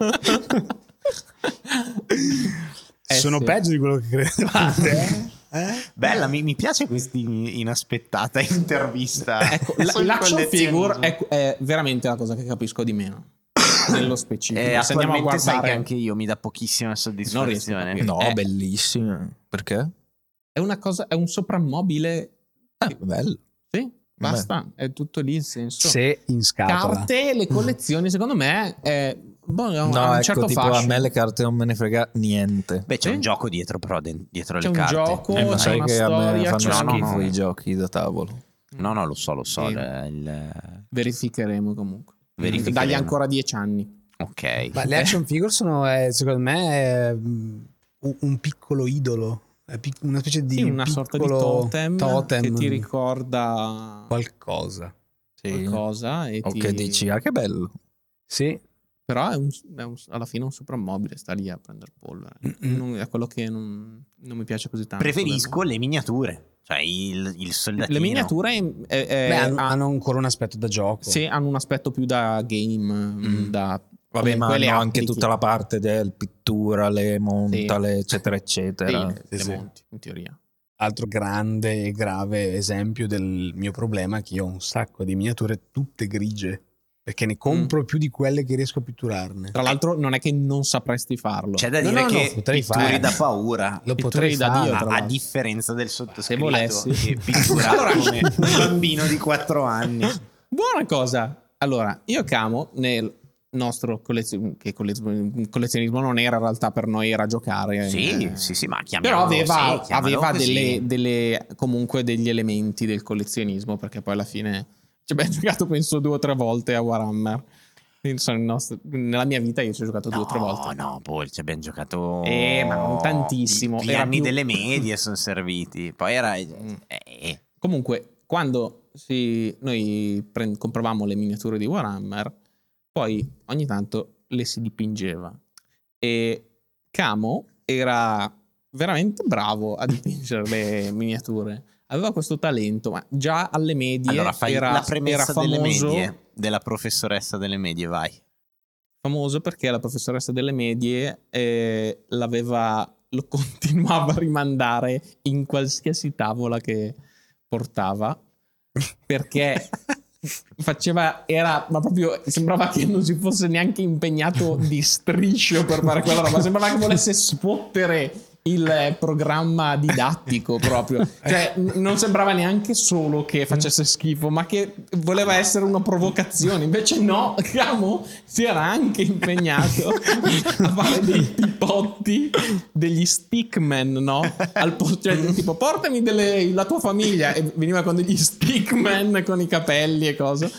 Eh,
Sono
sì.
peggio di quello che credevate. eh?
Bella, mi, mi piace questa inaspettata intervista.
Ecco, l-
sul
l'action figure
collezionismo.
è, è veramente la cosa che capisco di meno. Nello specifico.
Eh,
Se andiamo a
attualmente sai che
guardare,
anche io mi dà pochissima
Non riesco a
soddisfazione.
capire.
No,
Eh.
bellissime. Perché?
è una cosa, è un soprammobile.
Ah, bello.
Sì, basta, è tutto lì il senso.
Se in scatola.
Carte, le collezioni, secondo me, è, boh, ha un,
No,
ha un
ecco,
certo
tipo
fascino.
a me le carte non me ne frega niente.
Beh, c'è
Sì.
un gioco dietro, però, de- dietro
C'è
le
un
carte.
gioco,
Eh, ma
c'è
sai
una
che a me
storia,
fanno
c'è
no, no,
schifo
no.
i giochi da tavolo.
No, no, lo so, lo so.
Sì.
il- il-
Verificheremo comunque.
Verificheremo.
Dagli ancora dieci anni.
Ok.
Ma le action figure sono, eh, secondo me, è, mm, un, un piccolo idolo. È pic- una specie di
Sì, una sorta di
piccolo
totem,
totem
che ti ricorda
qualcosa.
Sì.
qualcosa e
O
ti...
che dici, ah che bello.
Sì.
Però è un- è un- alla fine un soprammobile, sta lì a prendere polvere.
Mm-mm.
Non- è quello che non, non mi piace così tanto.
Preferisco le miniature, cioè il, il soldatino.
Le miniature è- è- è-
Beh, hanno,
ha-
hanno ancora un aspetto da gioco.
sì, hanno un aspetto più da game,
Mm.
da
Vabbè, ma
comunque le
hanno anche
applichi.
tutta la parte del pittura, le monta,
Sì.
le eccetera, eccetera.
Sì, le
sì.
monti, in teoria.
Altro grande e grave esempio del mio problema è che io ho un sacco di miniature tutte grigie. Perché ne compro più di quelle che riesco a pitturarne.
Tra l'altro non è che non sapresti farlo.
C'è da
No,
dire
no, no,
che
potrei
pitturi
fare.
da paura.
Lo
Pitture
potrei
da
fare.
Dio,
Ma
tra
a
l'altro.
differenza del sottoscritto
volessi.
che pittura
Allora-
come un bambino di quattro anni.
Buona cosa. Allora, io Camo nel nostro collezionismo, che collezionismo, collezionismo non era in realtà per noi, era giocare.
Sì,
eh,
sì, sì, ma
Però
chiamiamolo
aveva,
sì, chiamalo
aveva
così.
delle, delle- comunque degli elementi del collezionismo, perché poi alla fine ci abbiamo giocato penso due o tre volte a Warhammer. Quindi sono il nostro- nella mia vita io ci ho giocato due o tre volte.
No, no, poi ci abbiamo giocato.
Eh, ma non tantissimo.
Gli, gli
Era
anni
più-
delle medie sono serviti. Poi era.
Mm.
Eh,
Comunque, quando si- noi pre- compravamo le miniature di Warhammer, poi ogni tanto le si dipingeva. E Camo era veramente bravo a dipingere le miniature. Aveva questo talento, ma già alle medie
allora fai
era,
la
era
premessa delle
famoso,
medie, della professoressa delle medie, vai.
famoso perché la professoressa delle medie eh, l'aveva, lo continuava a rimandare in qualsiasi tavola che portava, perché faceva, era, ma proprio sembrava che non si fosse neanche impegnato di striscio per fare quella roba, sembrava che volesse sfottere il programma didattico proprio, cioè n- non sembrava neanche solo che facesse schifo, ma che voleva essere una provocazione. Invece no, Camo si era anche impegnato a fare dei pipotti, degli stickman, no? Al po- cioè, tipo portami delle, la tua famiglia, e veniva con degli stickman con i capelli e cose.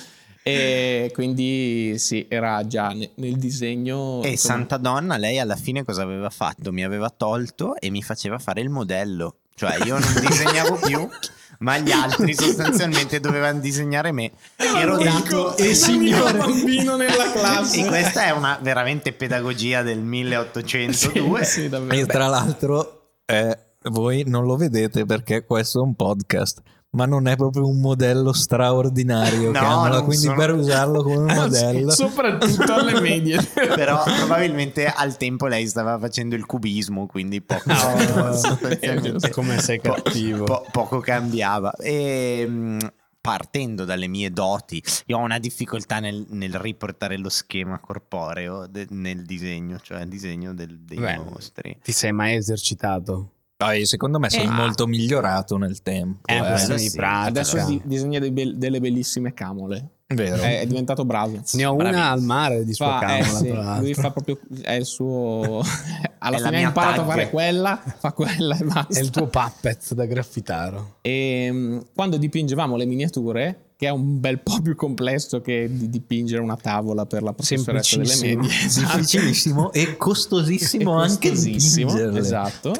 E quindi sì, era già ne- nel disegno.
E
insomma.
Santa Donna, lei alla fine cosa aveva fatto? Mi aveva tolto e mi faceva fare il modello. Cioè io non disegnavo più, ma gli altri sostanzialmente dovevano disegnare me. Ero dato
e signore bambino nella classe.
E questa è una veramente pedagogia del milleottocentodue.
Sì, sì, davvero.
E tra l'altro eh, voi non lo vedete perché questo è un podcast, ma non è proprio un modello straordinario,
No,
Camola,
non
quindi
sono-
per usarlo come un modello
Soprattutto alle medie.
Però probabilmente al tempo lei stava facendo il cubismo, quindi poco,
No,
sostanzialmente
come sei
po-
cattivo.
po- poco cambiava. E mh, partendo dalle mie doti, io ho una difficoltà nel, nel riportare lo schema corporeo de- nel disegno, cioè il disegno del- dei
Beh,
mostri.
Ti sei mai esercitato?
Dai, secondo me sei
Eh,
molto migliorato nel tempo.
È una
eh.
questione
sì.
di pratica.
Adesso di- disegna dei bel- delle bellissime camole.
Vero.
È, è diventato bravo.
Ne ho una
Bravissimo.
al mare di sua
Fa, eh,
camola,
sì,
tra l'altro.
lui fa proprio è il suo alla
È la
fine ha
mia
imparato
tag.
a fare quella, fa quella e basta.
È il tuo puppet da graffitaro.
E mh, quando dipingevamo le miniature, che è un bel po' più complesso che di dipingere una tavola per la professoressa delle
Semplicissimo.
medie, esatto.
Difficilissimo e costosissimo
E
anche
costosissimo,
dipingerle.
esatto.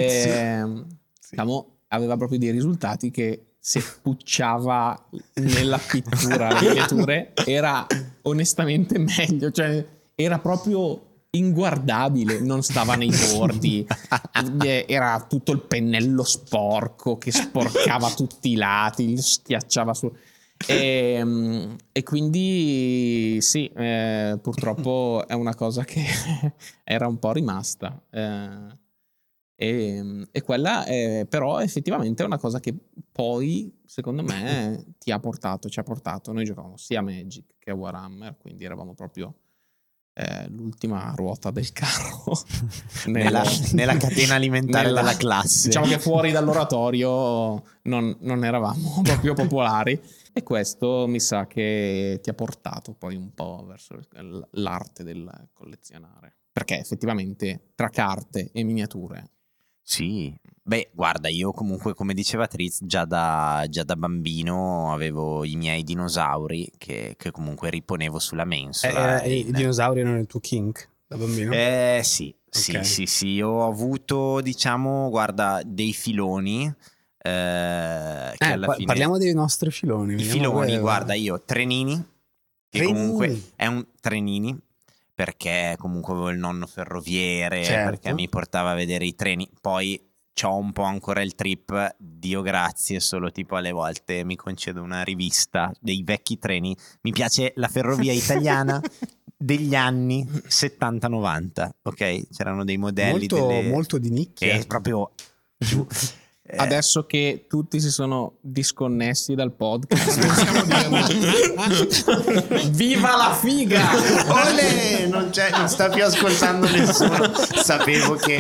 E, diciamo, aveva proprio dei risultati che se pucciava nella pittura le miniature era onestamente meglio, cioè era proprio inguardabile, non stava nei bordi, eh, era tutto il pennello sporco che sporcava tutti i lati, li schiacciava su. E, mm, e quindi sì, eh, purtroppo è una cosa che era un po' rimasta. eh, e, e quella è, però effettivamente è una cosa che poi secondo me ti ha portato, ci ha portato. Noi giocavamo sia a Magic che a Warhammer, quindi eravamo proprio eh, l'ultima ruota del carro
Nella,
nel-
nella catena alimentare
nella-
della classe.
Diciamo che fuori dall'oratorio non, non eravamo proprio popolari, e questo mi sa che ti ha portato poi un po' verso l- l'arte del collezionare, perché effettivamente tra carte e miniature.
Sì, beh, guarda, io comunque, come diceva Triz, già da, già da bambino avevo i miei dinosauri che, che comunque riponevo sulla mensola.
Eh, eh,
in-
I dinosauri erano il tuo kink da bambino?
Eh sì, sì,
Ok.
sì, sì, io ho avuto, diciamo, guarda, dei filoni eh, che
Eh,
alla
pa-
fine...
Parliamo dei nostri filoni.
I
vediamo
filoni,
quelle-
guarda, io trenini, che
Trenini.
comunque è un trenini, perché comunque avevo il nonno ferroviere,
Certo.
perché mi portava a vedere i treni. Poi c'ho un po' ancora il trip, Dio grazie, solo tipo alle volte mi concedo una rivista dei vecchi treni. Mi piace la ferrovia italiana degli anni settanta novanta, ok? C'erano dei modelli
molto,
delle-
molto di
che
nicchia.
è proprio giù. Eh,
Adesso che tutti si sono disconnessi dal podcast, possiamo dirlo. Viva la figa!
Olè, non, c'è, non sta più ascoltando nessuno. Sapevo che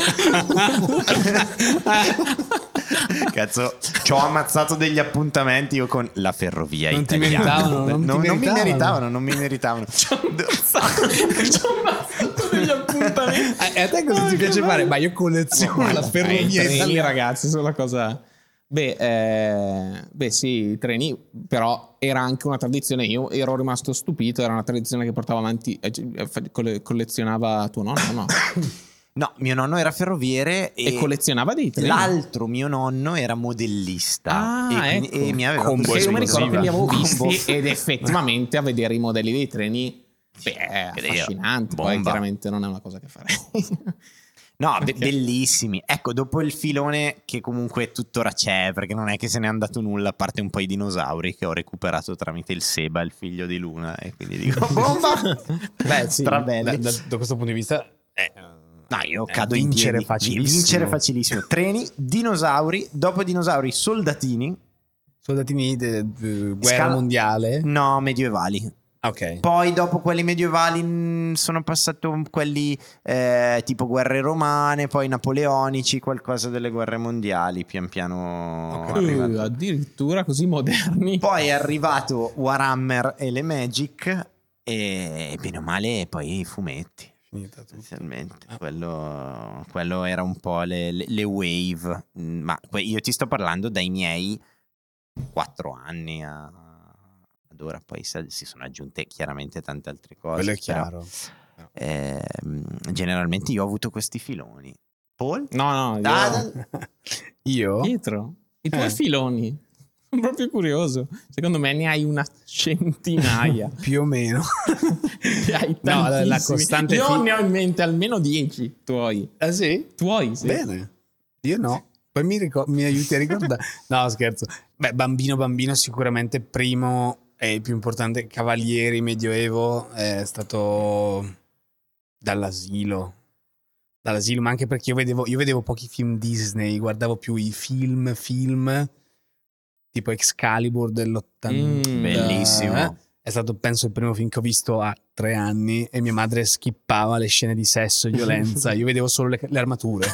cazzo, ci ho ammazzato degli appuntamenti io con la ferrovia
Non ti
italiana.
meritavano, non ti
non, non mi
meritavano.
meritavano, non mi meritavano.
Ci ho ammazzato degli appuntamenti.
Eh, a te cosa ti piace fare? Ma io colleziono la
Eh, i
ferrovia
treni,
italiana.
ragazzi, sono la cosa. Beh, eh, beh, sì, i treni, però era anche una tradizione. Io ero rimasto stupito. Era una tradizione che portava avanti, eh, fa- colle- collezionava tuo nonno, no?
No, mio nonno era ferroviere e,
E collezionava dei treni.
l'altro mio nonno era modellista.
Ah,
e, quindi-
ecco.
e mi aveva
Combo
Perché io mi ricordo che li avevo
Combo.
visti ed effettivamente a vedere i modelli dei treni, beh, è
Creo.
affascinante. Poi
Bomba.
chiaramente non è una cosa che farei.
No, be-
Ok.
bellissimi. Ecco, dopo il filone che comunque tuttora c'è, perché non è che se n'è andato nulla, a parte un po' i dinosauri che ho recuperato tramite il Seba, il figlio di Luna, e quindi dico, bomba!
Beh, sì,
Strabelli.
da, da- da questo punto di vista eh,
No, io
eh,
cado in
vincere
piedi.
facilissimo.
Vincere facilissimo. Treni, dinosauri, dopo dinosauri, soldatini.
soldatini de, de- guerra
Scala-
mondiale.
No, medievali.
Ok.
Poi dopo quelli medievali mh, sono passato quelli eh, tipo guerre romane, poi napoleonici, qualcosa delle guerre mondiali, pian piano
Uh,
arrivato.
addirittura così moderni.
Poi è arrivato Warhammer e le Magic e bene o male poi i fumetti.
Finita tutto.
Essenzialmente, quello, quello era un po' le, le- le wave. Mm, ma que- io ti sto parlando dai miei quattro anni a, ad ora, poi sa- si sono aggiunte chiaramente tante altre cose.
Quello è
però,
chiaro.
ehm, generalmente io ho avuto questi filoni. Paul?
No, no, io...
Ah,
Io?
Pietro, i tuoi
Eh.
filoni. Sono proprio curioso. Secondo me ne hai una centinaia.
Più o meno.
Ne hai
No, la- la
tantissimi.
costante
Io
fi-
ne ho in mente almeno dieci tuoi.
Ah sì?
Tuoi, sì.
Bene. Io no. Poi mi, ricor- mi aiuti a ricordare. No, scherzo. Beh, bambino bambino sicuramente primo e il più importante Cavalieri Medioevo è stato dall'asilo. Dall'asilo, ma anche perché io vedevo, io vedevo pochi film Disney, guardavo più i film, film tipo Excalibur dell'ottanta.
Mm,
bellissimo.
Eh? È stato, penso, il primo film che ho visto a tre anni e mia madre skippava le scene di sesso e violenza. Io vedevo solo le, le armature.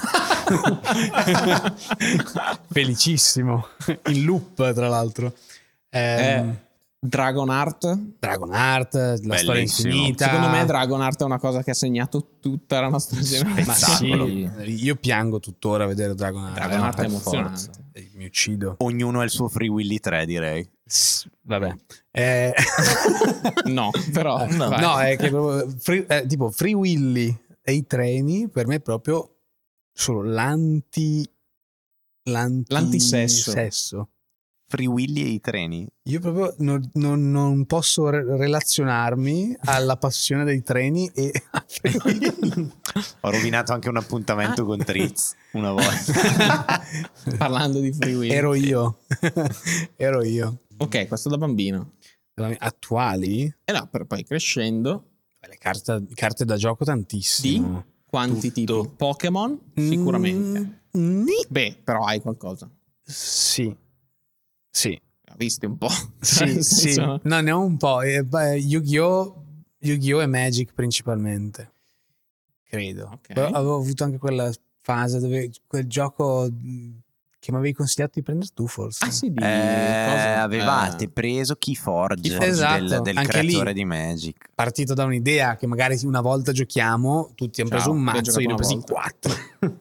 Felicissimo. In loop, tra l'altro. Ehm,
Eh, Dragonheart.
Dragonheart, la storia
Bellissimo.
infinita.
Secondo me Dragonheart è una cosa che ha segnato tutta la nostra generazione.
Ma
Spettacolo.
sì, io piango tuttora a vedere Dragonheart.
Dragonheart è
per
emozionante.
forza.
Eh, Mi uccido.
Ognuno ha il suo Free Willy tre, direi.
S- Vabbè. Eh,
No, però
No.
vai.
no, è che proprio free- eh, tipo Free Willy e i treni per me è proprio solo l'anti l'anti
L'antisesso.
sesso.
Free Willy e i treni.
Io proprio non, non- non posso re- relazionarmi alla passione dei treni e a Free Willy.
Ho rovinato anche un appuntamento con Triz una volta.
Parlando di Free Will.
Ero io. Ero io.
Ok, questo da bambino.
Attuali?
E no, per poi crescendo,
Le carte, carte da gioco tantissimo.
quanti
Tutto.
tipi? Pokémon? Sicuramente.
Mm, ni-
Beh, però hai qualcosa.
Sì. Sì.
Ha visti un po'.
Sì,
Nel
sì.
senso-
No, ne ho un po'. Eh, beh, Yu-Gi-Oh! Yu-Gi-Oh! E Magic principalmente. Credo.
Ok.
Però avevo avuto anche quella fase dove quel gioco mh, che mi avevi consigliato di prendere tu, forse.
Ah sì, di
Eh,
cosa?
avevate
Eh,
preso Keyforge,
Keyforge, esatto.
del, del
Anche
creatore
lì.
di Magic.
Partito da un'idea che magari una volta giochiamo, tutti hanno
Ciao,
preso un
abbiamo
mazzo, io ne ho
giocato
presi
una
quattro.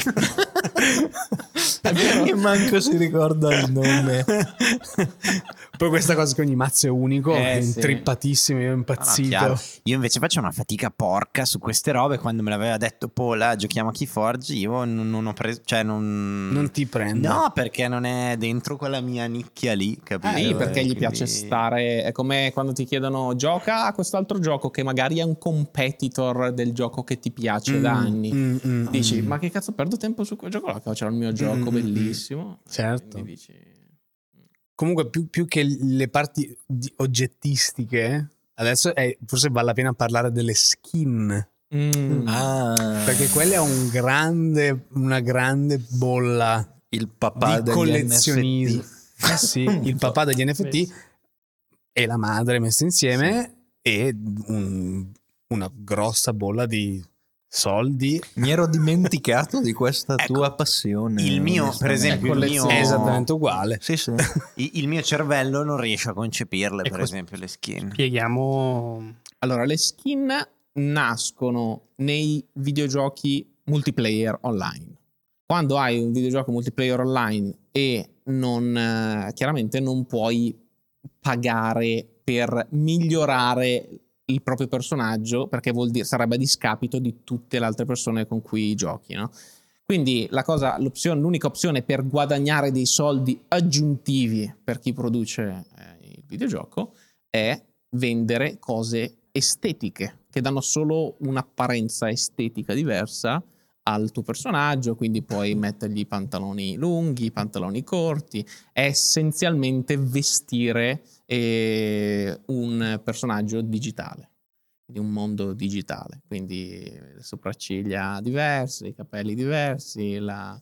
È vero?
E manco si ricorda il nome.
Poi questa cosa che ogni mazzo è unico,
Eh,
è
sì.
intrippatissimo, io ho
Ah, no,
impazzito.
chiaro. Io invece faccio una fatica porca su queste robe. Quando me l'aveva detto Paula, giochiamo a Keyforge, io non, non ho preso, cioè non...
Non ti prendo.
No, perché non è dentro quella mia nicchia lì, capito?
Sì, perché gli
Quindi-
piace stare. È come quando ti chiedono gioca a quest'altro gioco che magari è un competitor del gioco che ti piace da
Mm,
anni.
mm, mm,
Dici,
mm.
ma che cazzo perdo tempo su quel gioco là? Che c'era il mio gioco
Mm,
bellissimo.
certo.
Quindi dici,
Comunque più, più che le parti di- oggettistiche, adesso è- forse vale la pena parlare delle skin.
mm,
Ah,
Perché quella è un grande, una grande bolla
il papà
di
degli
collezionismo.
N F T.
Eh sì, il papà degli N F T e la madre messe insieme e un- una grossa bolla di soldi.
Mi ero dimenticato di questa
Ecco,
tua passione.
il mio, per esempio, il mio,
È esattamente uguale.
Sì, sì.
il il mio cervello non riesce a concepirle, per
Ecco,
esempio, le skin.
Spieghiamo.
Allora, le skin nascono nei videogiochi multiplayer online. Quando hai un videogioco multiplayer online e non eh, chiaramente non puoi pagare per migliorare il proprio personaggio, perché vuol dire sarebbe a discapito di tutte le altre persone con cui giochi, no? Quindi la cosa, l'opzione, l'unica opzione per guadagnare dei soldi aggiuntivi per chi produce eh, il videogioco è vendere cose estetiche che danno solo un'apparenza estetica diversa al tuo personaggio, quindi puoi mettergli i pantaloni lunghi, i pantaloni corti, è essenzialmente vestire eh, un personaggio digitale, di un mondo digitale, quindi le sopracciglia diverse, i capelli diversi, la,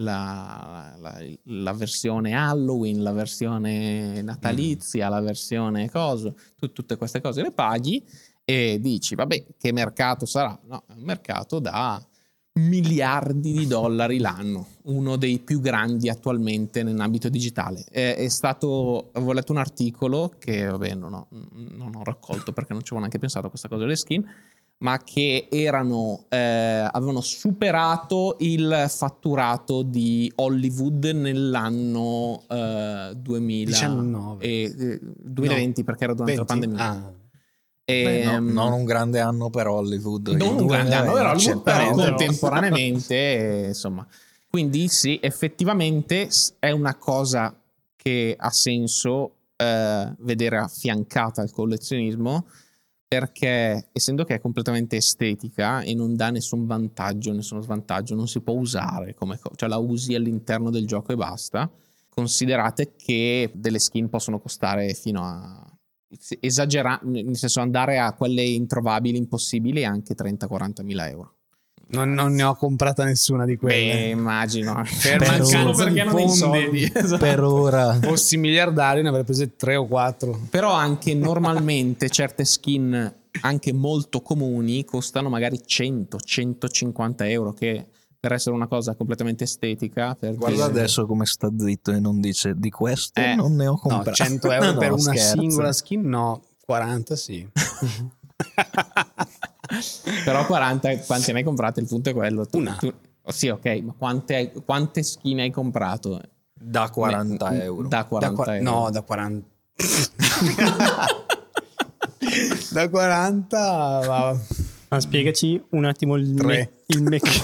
la, la, la versione Halloween, la versione natalizia, la versione coso, tu, tutte queste cose le paghi e dici, vabbè, che mercato sarà? No, è un mercato da miliardi di dollari l'anno, uno dei più grandi attualmente nell'ambito digitale. È, è stato, avevo letto un articolo che vabbè non ho, non ho raccolto perché non ci avevo neanche pensato a questa cosa delle skin, ma che erano eh, avevano superato il fatturato di Hollywood nell'anno eh, duemila
diciannove.
e, eh, duemilaventi, perché era durante
venti?
la pandemia.
Ah.
Beh, no,
Ehm,
non un grande anno per Hollywood.
non
Il
un grande anno, però
duemilaventi,
però
però-
contemporaneamente, eh, insomma. Quindi sì, effettivamente s- è una cosa che ha senso eh, vedere affiancata al collezionismo, perché essendo che è completamente estetica e non dà nessun vantaggio, nessuno svantaggio, non si può usare come co- cioè la usi all'interno del gioco e basta. Considerate che delle skin possono costare fino a esagerare, nel senso andare a quelle introvabili, impossibili, anche trenta quaranta mila euro.
Non, non ne ho comprata nessuna di quelle.
Beh, immagino.
Per
Per
mancanza
ora.
di
Perché non hai
fondi.
soldi. Esatto.
Per ora.
Fossi miliardario ne avrei prese tre o quattro.
Però anche normalmente certe skin anche molto comuni costano magari cento centocinquanta euro, che per essere una cosa completamente estetica, per
Guarda
dire-
adesso come sta zitto e non dice di questo
Eh,
non ne ho
No,
comprato.
cento euro
No,
per una
scherzo.
singola skin? No, quaranta sì.
Però quaranta quante ne hai comprate? Il punto è quello. Tu,
Una.
tu- oh, sì, ok, ma quante, hai- quante skin hai comprato?
Da quaranta
Me-
euro.
Da
Da
quaranta
qua-
euro.
no, da quaranta. Da quaranta va.
Ma spiegaci un attimo il, me-
Tre.
il, mecc-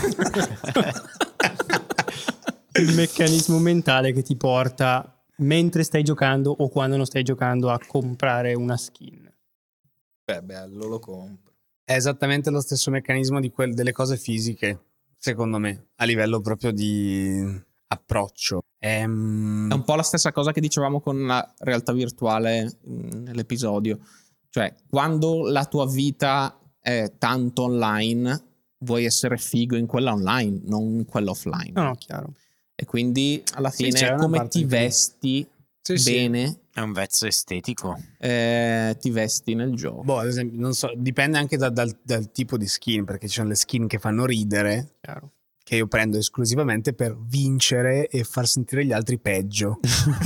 il meccanismo mentale che ti porta mentre stai giocando o quando non stai giocando a comprare una skin.
Beh, bello, lo compro.
È esattamente lo stesso meccanismo di quel- delle cose fisiche, secondo me, a livello proprio di approccio. Ehm,
È un po' la stessa cosa che dicevamo con la realtà virtuale mh, nell'episodio. Cioè, quando la tua vita è tanto online, vuoi essere figo in quella online, non in quella offline.
No, no, chiaro.
E quindi alla
Sì,
fine
c'è una
come
parte
ti
in cui-
vesti
Sì, sì.
bene,
È un vezzo estetico.
eh, ti vesti nel gioco.
boh, ad esempio, non so, dipende anche da- dal, dal tipo di skin, perché ci sono le skin che fanno ridere,
chiaro.
che io prendo esclusivamente per vincere e far sentire gli altri peggio.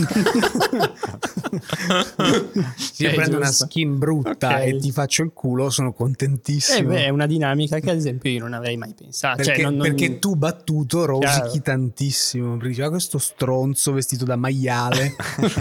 Se io
È
prendo una
giusto.
skin brutta
Ok.
e ti faccio il culo, sono
Eh
contentissimo.
beh, è una dinamica che ad esempio io non avrei mai pensato.
Perché,
Cioè, non- non-
perché tu battuto rosichi
Chiaro.
tantissimo. Perché dici, "Ah, questo stronzo vestito da maiale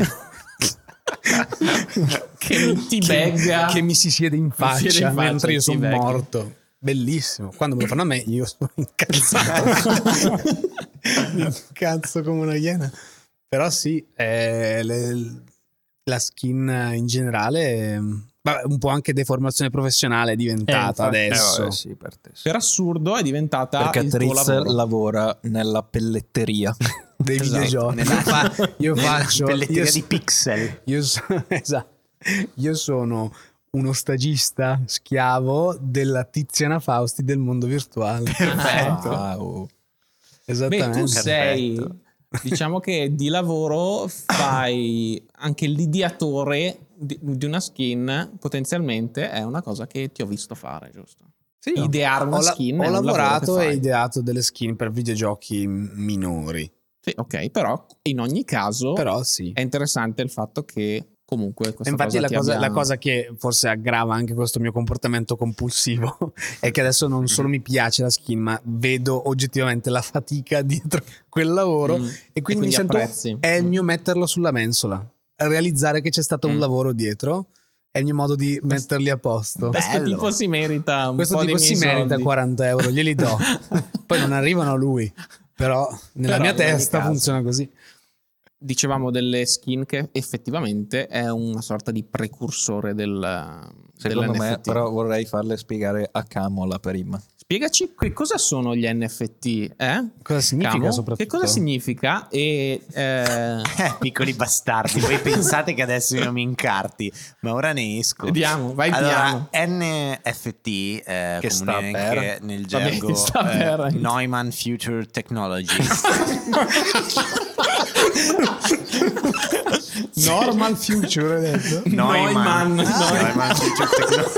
Che ti begga.
che mi si siede in
siede
faccia
in faccia
mentre io
e ti
sono
becca."
morto. Bellissimo. Quando me lo fanno a me, io sono incazzato. Mi incazzo come una iena. Però sì, eh, le- la skin in generale, ehm, vabbè, un po' anche deformazione professionale è diventata
Eh, infatti.
Eh,
adesso.
vabbè, sì, per te. sì.
Per assurdo è diventata
Perché
il tuo
Triz
lavoro.
lavora nella pelletteria.
Dei
Esatto.
videogiochi.
Nella-
Fa- io
nella
faccio
pelletteria
io
di
so-
pixel.
Io, so- esatto. Io sono uno stagista schiavo della Tiziana Fausti del mondo virtuale.
Perfetto.
Wow.
Beh,
Esattamente.
tu sei, diciamo che di lavoro fai anche l'ideatore di, di una skin, potenzialmente è una cosa che ti ho visto fare, giusto?
Sì,
Ideare una
ho, la-
skin
ho
è un lavoro
lavorato
che
e
fai.
ideato delle skin per videogiochi m- minori.
Sì, ok, però in ogni caso
Però sì.
è interessante il fatto che comunque questa
Infatti
cosa
la
ti
cosa,
abbia-
la cosa che forse aggrava anche questo mio comportamento compulsivo è che adesso non solo mi piace la skin, ma vedo oggettivamente la fatica dietro quel lavoro
Mm.
e quindi, mi
quindi
sento
apprezzi.
è il
Mm.
mio metterlo sulla mensola, realizzare che c'è stato un
Mm.
lavoro dietro è il mio modo di metterli a posto.
Questo
Bello.
tipo si merita un
Questo
po'
tipo
dei
si
miei
merita
soldi.
quaranta euro, glieli do. Poi non arrivano a lui, però nella
Però
mia
in ogni
testa
caso.
funziona così.
Dicevamo delle skin che effettivamente è una sorta di precursore del
Secondo me,
dell'N F T.
però, vorrei farle spiegare a Camo la prima.
Spiegaci che cosa sono gli N F T, eh?
Cosa significa
Camo?
soprattutto?
Che cosa significa? E eh,
Eh, piccoli bastardi, voi pensate che adesso io mi incarti, ma ora ne esco.
Vediamo, vai
Allora,
piano.
N F T, eh,
Che sta
comune
per?
anche nel
Vabbè,
gergo
sta
eh,
per.
Neumann Future Technology.
Normal future, hai detto?
Neumann.
Neumann Future Technology.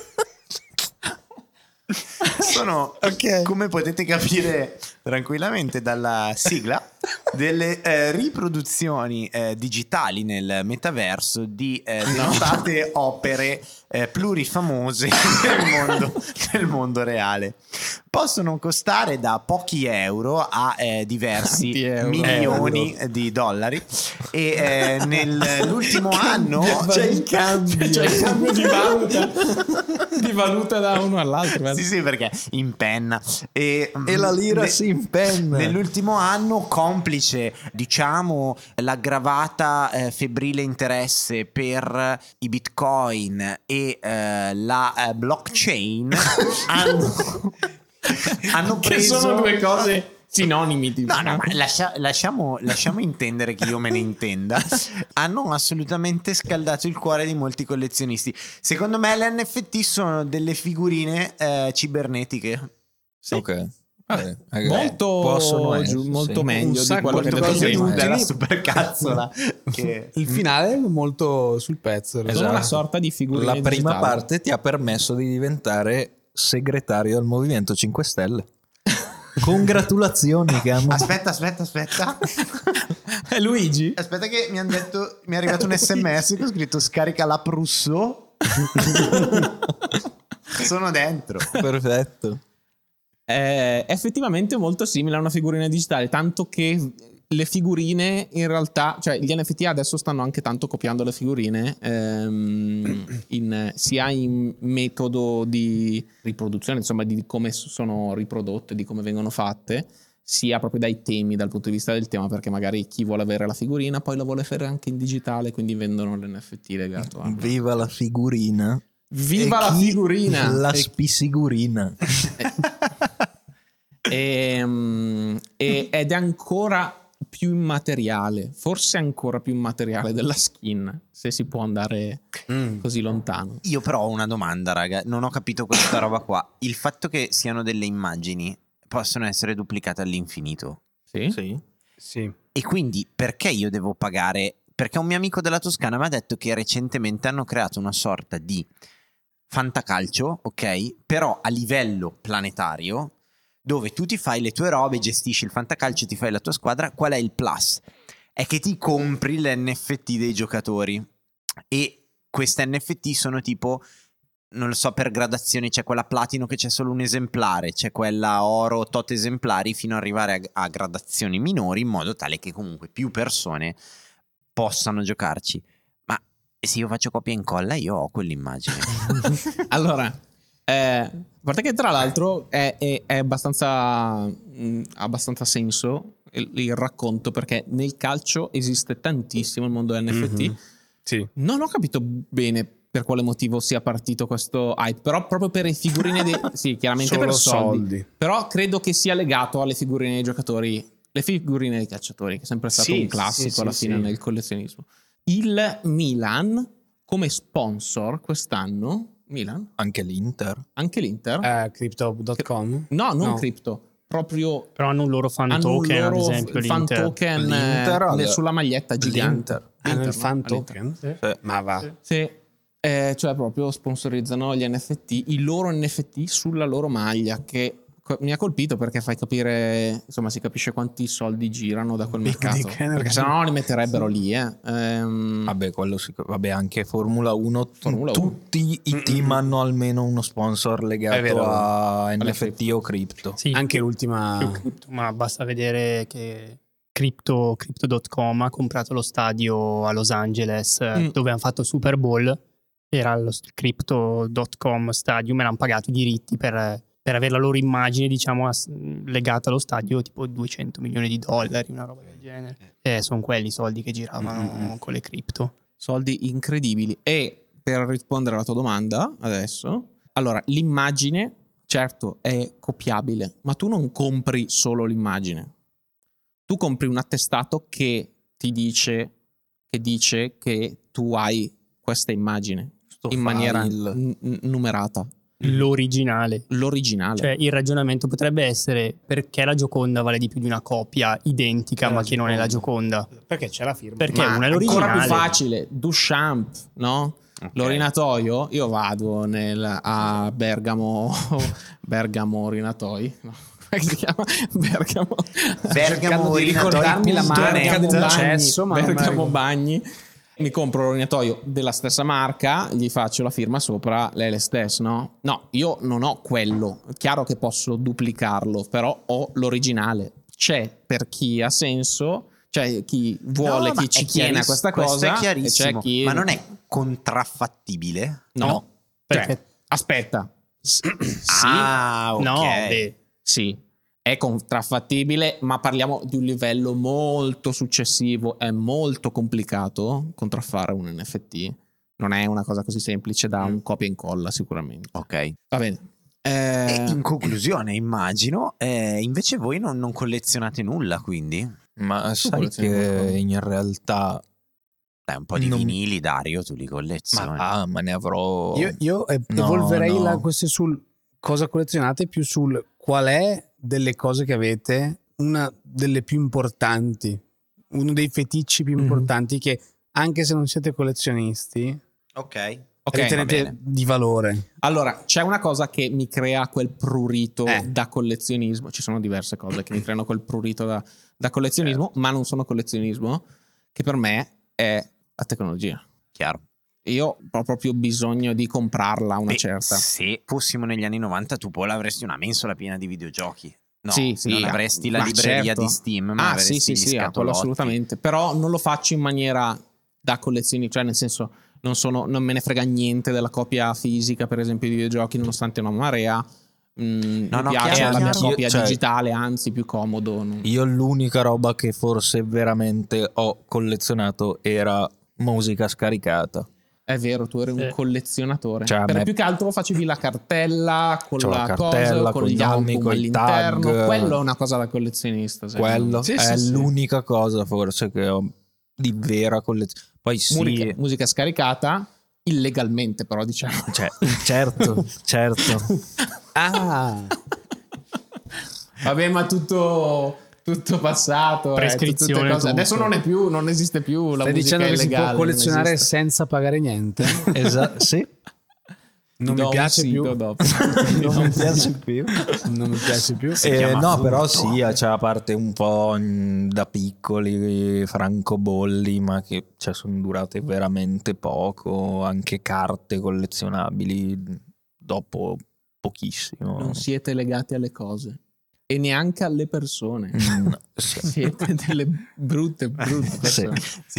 Sono,
Ok.
come potete capire tranquillamente dalla sigla, delle eh, riproduzioni eh, digitali nel metaverso di eh, notate opere eh, plurifamose nel mondo, nel mondo reale. possono costare da pochi euro a eh, diversi
Tanti euro.
milioni di dollari. E eh, nell'ultimo anno
C'è il cambio, c'è il cambio di valuta, di valuta da uno all'altro.
Sì, sì, perché in penna. E,
E la lira
ne-
si impenna.
Nell'ultimo anno, complice, diciamo, l'aggravata eh, febbrile interesse per i bitcoin e eh, la eh, blockchain hanno, hanno
Che
preso...
sono due cose sinonimi. Tipo,
No, no, ma lascia- lasciamo, lasciamo intendere che io me ne intenda. Hanno assolutamente scaldato il cuore di molti collezionisti. Secondo me le N F T sono delle figurine eh, cibernetiche. Sì.
Ok. Vabbè, magari
molto,
possono essere,
giu- molto
sì.
meglio
Un
di
sacco
quello che
di
hai detto
cose
prima.
utili.
Della supercazzola che...
Il finale è molto sul pezzo.
Sono
Esatto.
una sorta di figurine
La prima
digitali.
parte ti ha permesso di diventare segretario del Movimento cinque Stelle. Congratulazioni, Cam.
Aspetta, aspetta, aspetta.
È Luigi?
Aspetta che mi hanno detto, mi è arrivato un sms che ho scritto scarica l'app Russo. Sono dentro.
Perfetto.
È effettivamente molto simile a una figurina digitale, tanto che le figurine in realtà, cioè gli N F T adesso stanno anche tanto copiando le figurine, ehm, in, sia in metodo di riproduzione, insomma di come sono riprodotte, di come vengono fatte, sia proprio dai temi, dal punto di vista del tema, perché magari chi vuole avere la figurina poi la vuole fare anche in digitale, quindi vendono l'N F T legato a...
Viva la figurina.
Viva
E
la
chi
figurina!
La
E-
spisigurina.
Ehm, e- ed è ancora più immateriale, forse ancora più immateriale della skin, se si può andare
Mm.
così lontano.
Io però ho una domanda, raga. Non ho capito questa roba qua. Il fatto che siano delle immagini possono essere duplicate all'infinito.
Sì?
Sì.
Sì.
E quindi perché io devo pagare? Perché un mio amico della Toscana mi ha detto che recentemente hanno creato una sorta di fantacalcio, ok? Però a livello planetario, dove tu ti fai le tue robe, gestisci il fantacalcio, ti fai la tua squadra. Qual è il plus? È che ti compri l'N F T dei giocatori e queste N F T sono tipo, non lo so, per gradazioni. C'è quella platino che c'è solo un esemplare, c'è quella oro tot esemplari, fino ad arrivare a, a gradazioni minori, in modo tale che comunque più persone possano giocarci. Ma se io faccio copia e incolla, io ho quell'immagine.
Allora, eh, a parte che tra l'altro è, è- è abbastanza, mh, ha abbastanza senso il, il racconto, perché nel calcio esiste tantissimo il mondo N F T.
Mhm. Sì.
Non ho capito bene per quale motivo sia partito questo hype, però proprio per le figurine dei... sì, chiaramente
Solo
per soldi,
soldi.
però credo che sia legato alle figurine dei giocatori, le figurine dei calciatori, che è sempre stato
Sì,
un classico
sì, sì,
alla
sì,
fine
sì.
nel collezionismo. Il Milan come sponsor quest'anno, Milan,
Anche l'Inter.
anche l'Inter,
Eh, crypto punto com?
no, non
no.
crypto, proprio
Però hanno un loro fan
hanno un
token, ad
loro
esempio,
fan
l'Inter.
token eh,
L'Inter ha
nel-
la-
sulla maglietta gigante.
L'Inter.
Ah,
L'Inter,
nel
no?
fan
All'Inter.
token?
Sì.
Ma va.
Sì.
Sì, eh, cioè proprio sponsorizzano gli N F T, i loro N F T sulla loro maglia, che co- mi ha colpito perché fai capire, insomma, si capisce quanti soldi girano da quel
Big
mercato,
Dick Energy.
perché sennò li metterebbero lì, eh. Ehm,
Vabbè, quello sic- vabbè, anche Formula uno.
Formula
tutti i team hanno almeno uno sponsor
È
legato
vero.
a
Alle
N F T o cripto.
Sì,
Anche
più-
l'ultima...
più cripto, ma basta vedere che Crypto, crypto punto com ha comprato lo stadio a Los Angeles eh,
Mm.
dove hanno fatto il Super Bowl. Era lo crypto punto com Stadium e hanno pagato i diritti per, per avere la loro immagine, diciamo, as- legata allo stadio, tipo duecento milioni di dollari, una roba del genere. E sono quelli i soldi che giravano con le cripto.
soldi incredibili. E per rispondere alla tua domanda adesso, allora l'immagine certo è copiabile, ma tu non compri solo l'immagine, tu compri un attestato che ti dice che dice che tu hai questa immagine
Sto
in maniera
file.
n- n- numerata,
L'originale.
l'originale.
Cioè il ragionamento potrebbe essere: perché la Gioconda vale di più di una copia identica
È
ma
la
che non è la Gioconda?
Perché c'è la firma.
Perché
Ma
una è
ancora
l'originale.
più facile, Duchamp, no?
Ok.
L'orinatoio, io vado nel, a Bergamo, Bergamo Orinatoi, no? Come si chiama?
Bergamo
Bergamo,
cercando di
Orinatoi
ricordarmi la
punto
marca
net.
Bergamo
del
Bagni,
cesso, ma non me la
Bergamo
ricordo.
Bagni. Mi compro l'orignatoio della stessa marca, gli faccio la firma sopra, lei è le stesse, no? No, io non ho quello. È chiaro che posso duplicarlo, però ho l'originale. C'è per chi ha senso, cioè chi vuole,
No, ma
chi ci
è
tiene a questa
chiariss-
cosa.
questo è
e
chiarissimo.
c'è chi...
Ma non è contraffattibile?
No,
No,
Cioè,
perché-
aspetta. S- sì,
Ah, ok.
No, beh,
sì, è contraffattibile, ma parliamo di un livello molto successivo. È molto complicato contraffare un N F T. Non è una cosa così semplice da un copia e incolla, sicuramente.
Ok.
Va bene.
E
Eh,
in conclusione, immagino, eh, invece voi non, non collezionate nulla, quindi?
Ma sai
collezioni
che
qualcosa?
in realtà
Dai, un po' di
Non-
vinili, Dario, tu li
ma,
collezioni.
ah, ma ne avrò
Io, io e-
No,
evolverei
no.
la questione sul cosa collezionate più sul qual è delle cose che avete una delle più importanti, uno dei feticci più
Mhm.
importanti che anche se non siete collezionisti
Ok.
ok,
ritenete
va bene.
di valore.
allora c'è una cosa che mi crea quel prurito
Eh.
da collezionismo. Ci sono diverse cose che mi creano quel prurito da, da collezionismo, ma non sono collezionismo, che per me è la tecnologia.
Chiaro.
Io ho proprio bisogno di comprarla una
Beh,
certa.
Se fossimo negli anni novanta, tu poi avresti una mensola piena di videogiochi. No,
Sì, sì,
non
ah,
avresti la
ma
libreria
certo.
di Steam, ma
Ah,
avresti
sì, sì,
gli
sì, ah, quello
scatolotti.
assolutamente. Però non lo faccio in maniera da collezioni, cioè nel senso non, sono, non me ne frega niente della copia fisica, per esempio, di videogiochi, nonostante una marea. Mm,
No,
mi
no,
piace
chiaro,
la mia
chiaro.
copia
Io- cioè-
digitale, anzi più comodo. non-
Io l'unica roba che forse veramente ho collezionato era musica scaricata.
È vero, tu eri un
Sì.
collezionatore.
Cioè, a
per
me-
più che altro facevi la cartella con
C'ho
la,
la
cosa,
cartella,
con
con i
gli
nomi,
album
coi
all'interno.
tag.
Quello è una cosa da collezionista. secondo
Quello
me.
Sì,
è
sì, sì.
l'unica cosa forse che ho di vera collezione. Poi sì,
Musica, musica scaricata illegalmente, però diciamo.
cioè, certo, certo.
Ah,
Vabbè, ma tutto, tutto passato. eh,
Prescrizione,
tutte cose.
tutto.
Adesso non è più, non esiste più la
stai
musica
dicendo che si
illegale.
può
non
collezionare
esiste.
senza pagare niente?
Esatto, sì.
Non
Ti do
mi
un
piace
sito
più.
dopo.
Non mi piace più.
Non mi piace più.
Si
Eh,
chiama
no,
frutto.
però sì, c'è la parte un po' mm, da piccoli francobolli, ma che cioè, sono durate veramente poco, anche carte collezionabili dopo pochissimo.
Non siete legati alle cose e neanche alle persone.
Mm, sì.
Siete delle brutte, brutte
Sì.
persone.
Sì.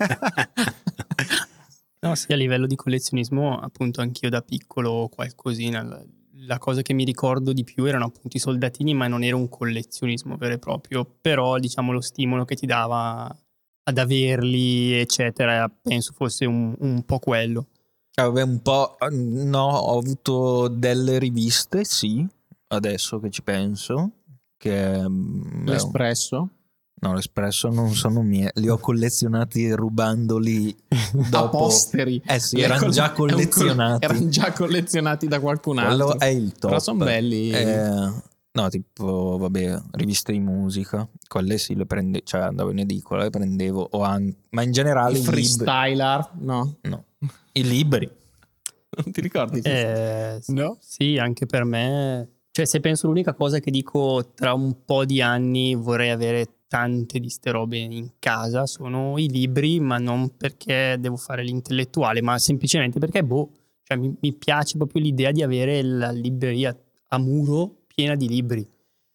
no, sì, a livello di collezionismo, appunto, anch'io da piccolo qualcosina. La, la cosa che mi ricordo di più erano appunto i soldatini, ma non era un collezionismo vero e proprio. Però, diciamo, lo stimolo che ti dava ad averli, eccetera, penso fosse un, un po' quello.
Ah, vabbè, un po'. No, ho avuto delle riviste, sì, adesso che ci penso. Che mm,
L'espresso.
no, l'Espresso non sono miei, li ho collezionati rubandoli
A
dopo.
posteri.
Eh sì,
Le
erano
coll-
già
è un col-
collezionati.
Erano già collezionati da qualcun altro.
Quello è il top.
Però sono belli.
Eh, no, tipo, vabbè, riviste di musica, quelle sì le prendevo, cioè andavo in edicola, le prendevo, o anche, ma in generale
I
i libri.
freestyler. No,
No, i libri.
non ti ricordi?
Eh, s-
No?
Sì, anche per me. Cioè, se penso l'unica cosa che dico tra un po' di anni vorrei avere tante di ste robe in casa sono i libri, ma non perché devo fare l'intellettuale, ma semplicemente perché, boh, cioè mi, mi piace proprio l'idea di avere la libreria a muro piena di libri.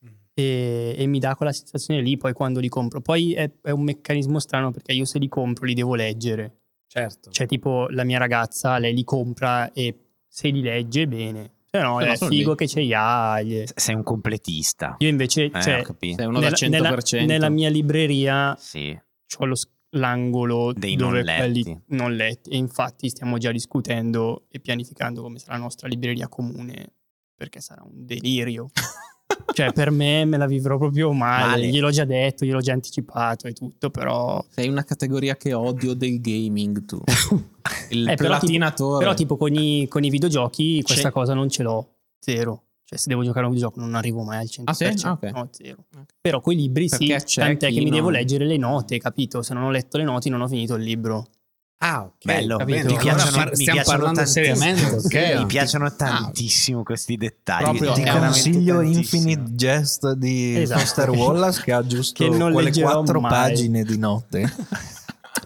E, e mi dà quella sensazione lì poi quando li compro. Poi è, è un meccanismo strano perché io se li compro li devo leggere.
Certo.
Cioè, tipo, la mia ragazza, lei li compra e se li legge, bene. Se no,
Se no,
è
sono
figo
lì.
che ce li ha. gli-
Sei un completista.
Io invece,
Eh,
cioè,
ho capito.
Sei uno
nella,
da cento per cento.
nella- nella mia libreria
Sì.
c'ho lo s- l'angolo
Dei
dove
non letti.
quelli non letti. E infatti stiamo già discutendo e pianificando come sarà la nostra libreria comune, perché sarà un delirio. Cioè, per me me la vivrò proprio male.
Male.
Gliel'ho già detto, gliel'ho già anticipato e tutto, però...
Sei una categoria che odio del gaming, tu. Il
Eh, però
platinatore.
Però tipo con i, con i videogiochi questa
C'è-
cosa non ce l'ho, zero. Cioè se devo giocare a un videogioco non arrivo mai al cento per cento,
Ah, sì? Ah, ok.
no, zero. Però con i libri sì,
Perché c'è
tant'è
chi
che mi
non-
devo leggere le note, capito? Se non ho letto le note non ho finito il libro.
Ah, ok.
Bello,
capito?
mi
Allora
piacciono,
par-
mi
stiamo
piacciono
parlando
tantissimo.
seriamente, ok?
Mi piacciono tantissimo questi dettagli.
Proprio
Ti
è
veramente
consiglio
tantissimo.
Infinite Jest di
Esatto.
Foster Wallace che ha giusto
Che non
quelle
leggerò
quattro
mai.
pagine di notte.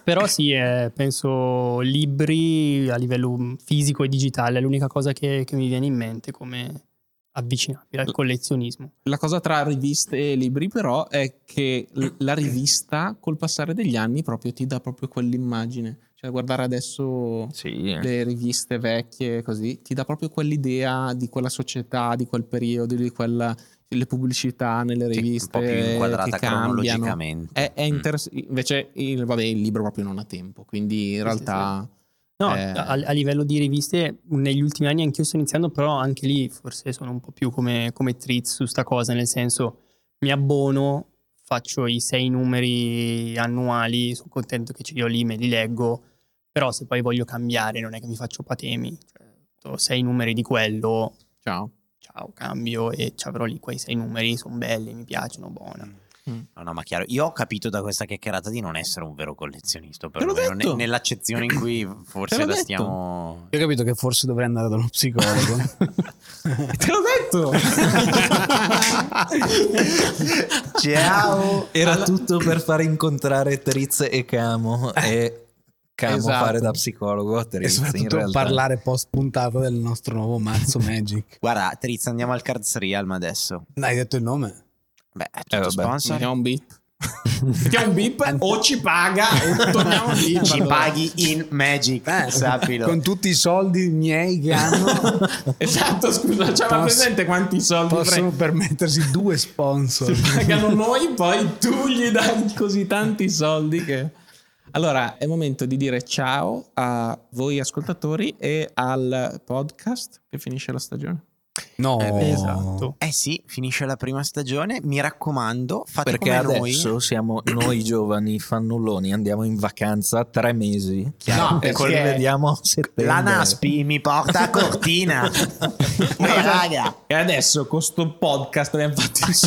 Però sì, eh, penso libri a livello fisico e digitale è l'unica cosa che, che mi viene in mente come avvicinabile al collezionismo.
La cosa tra riviste e libri però è che l- la rivista col passare degli anni proprio ti dà proprio quell'immagine. Cioè guardare adesso
Sì.
le riviste vecchie così ti dà proprio quell'idea di quella società, di quel periodo, di quella, le pubblicità nelle
Sì,
riviste
un po' più inquadrata
che cambiano.
cronologicamente.
È, è
Mm.
interess- invece il, vabbè, il libro proprio non ha tempo, quindi in
Sì,
realtà
No,
eh,
a, a livello di riviste negli ultimi anni anch'io sto iniziando, però anche lì forse sono un po' più come, come Trizz su sta cosa, nel senso mi abbono, faccio i sei numeri annuali, sono contento che ce li ho lì, me li leggo, però se poi voglio cambiare non è che mi faccio patemi, cioè, ho sei numeri di quello,
ciao.
ciao, cambio e ci avrò lì quei sei numeri, sono belli, mi piacciono, buona.
Mm.
No, no, ma chiaro, io ho capito da questa chiacchierata di non essere un vero collezionista,
Te l'ho
perlomeno
detto!
ne- nell'accezione in cui
Te
forse
l'ho
la
detto!
stiamo...
Io ho capito che forse dovrei andare dallo psicologo.
Te l'ho detto!
Ciao!
Era
Alla-
tutto per far incontrare Trizz e Camo e Camo
Esatto.
fare da psicologo a
E
Trizz. In
soprattutto
realtà.
parlare post puntata del nostro nuovo mazzo Magic.
Guarda, Trizz, andiamo al Cards Realm adesso.
Hai detto il nome?
Beh, è
Eh,
tutto
vabbè.
sponsor.
Mettiamo un beep. Mettiamo un beep o ci paga e torniamo a beep.
Ci
allora.
paghi in Magic,
Eh,
sappilo.
Con tutti i soldi miei che hanno,
Esatto, scusa, c'è
Posso-
presente quanti soldi
possono
pre-
permettersi due sponsor.
pagano noi, poi tu gli dai così tanti soldi che... Allora, è momento di dire ciao a voi ascoltatori e al podcast che finisce la stagione.
No,
Eh,
Esatto.
Eh sì, finisce la prima stagione. Mi raccomando, fate
Perché
come
adesso
noi.
siamo noi giovani fannulloni, andiamo in vacanza tre mesi.
No,
e
perché
ci vediamo a settembre.
La Naspi mi porta a Cortina. Eh, raga.
E adesso con sto podcast abbiamo fatto il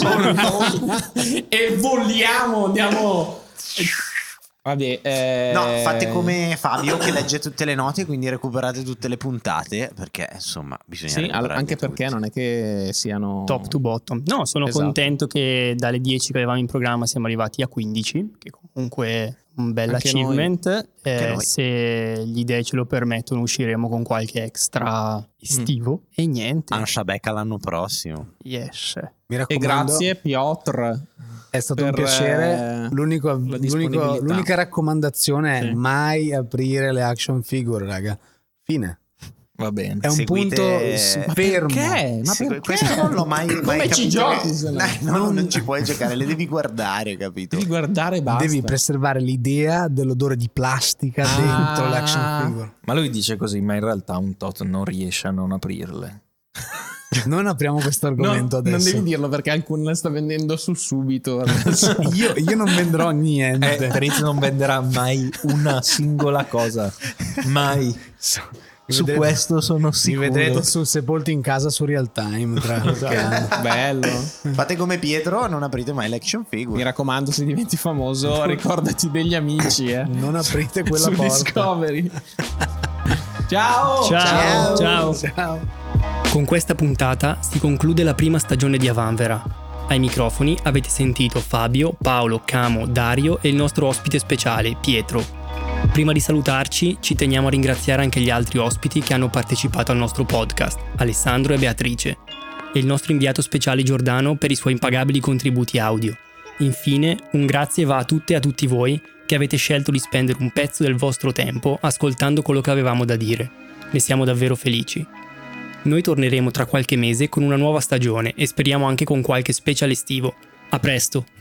soldi e vogliamo, andiamo... Vabbè, eh...
No, fate come Fabio che legge tutte le note, quindi recuperate tutte le puntate, perché insomma bisogna
Sì, al-
recuperarle
anche
tutte.
perché non è che siano...
Top to bottom. No, sono
Esatto.
contento che dalle dieci che avevamo in programma siamo arrivati a quindici, che comunque è un bel
Anche
achievement. Eh,
Anche noi.
se gli dei ce lo permettono usciremo con qualche extra estivo. E niente.
Ansha Becca l'anno prossimo.
Yes.
mi
E
raccomando,
grazie Piotr.
è stato un
per,
piacere.
eh,
L'unico-
la
l'unico-
disponibilità.
l'unica raccomandazione è
Sì.
mai aprire le action figure, raga. Fine.
Va bene.
È un
Seguite-
punto
Ma
fermo.
perché? Ma
Sì,
perché?
questo non l'ho mai, mai
Come ci
capito
giochi,
che-
se no?
Dai, no, non ci puoi giocare, le devi guardare, capito?
Devi guardare e basta.
Devi preservare l'idea dell'odore di plastica
Ah.
dentro l'action figure.
Ma lui dice così, ma in realtà un tot non riesce a non aprirle.
Non apriamo questo
No,
argomento
non
adesso.
devi dirlo perché alcune le sta vendendo su subito adesso.
io, io non vendrò niente.
Eh, Trizz non venderà mai una singola cosa. Mai.
Mi
Su
vedrete-
questo sono
Mi
sicuro.
vedrete su Sepolti in casa su Real Time tra qualche anno.
Bello.
Fate come Pietro, non aprite mai l'action
Mi
figure.
raccomando, se diventi famoso, ricordati degli amici, eh.
Non aprite quella
Su
porta.
Discovery. Ciao.
Ciao. Ciao.
Ciao.
Con questa puntata si conclude la prima stagione di Avanvera. Ai microfoni avete sentito Fabio, Paolo, Camo, Dario e il nostro ospite speciale, Pietro. Prima di salutarci, ci teniamo a ringraziare anche gli altri ospiti che hanno partecipato al nostro podcast, Alessandro e Beatrice, e il nostro inviato speciale Giordano per i suoi impagabili contributi audio. Infine, un grazie va a tutte e a tutti voi che avete scelto di spendere un pezzo del vostro tempo ascoltando quello che avevamo da dire. Ne siamo davvero felici. Noi torneremo tra qualche mese con una nuova stagione e speriamo anche con qualche special estivo. A presto!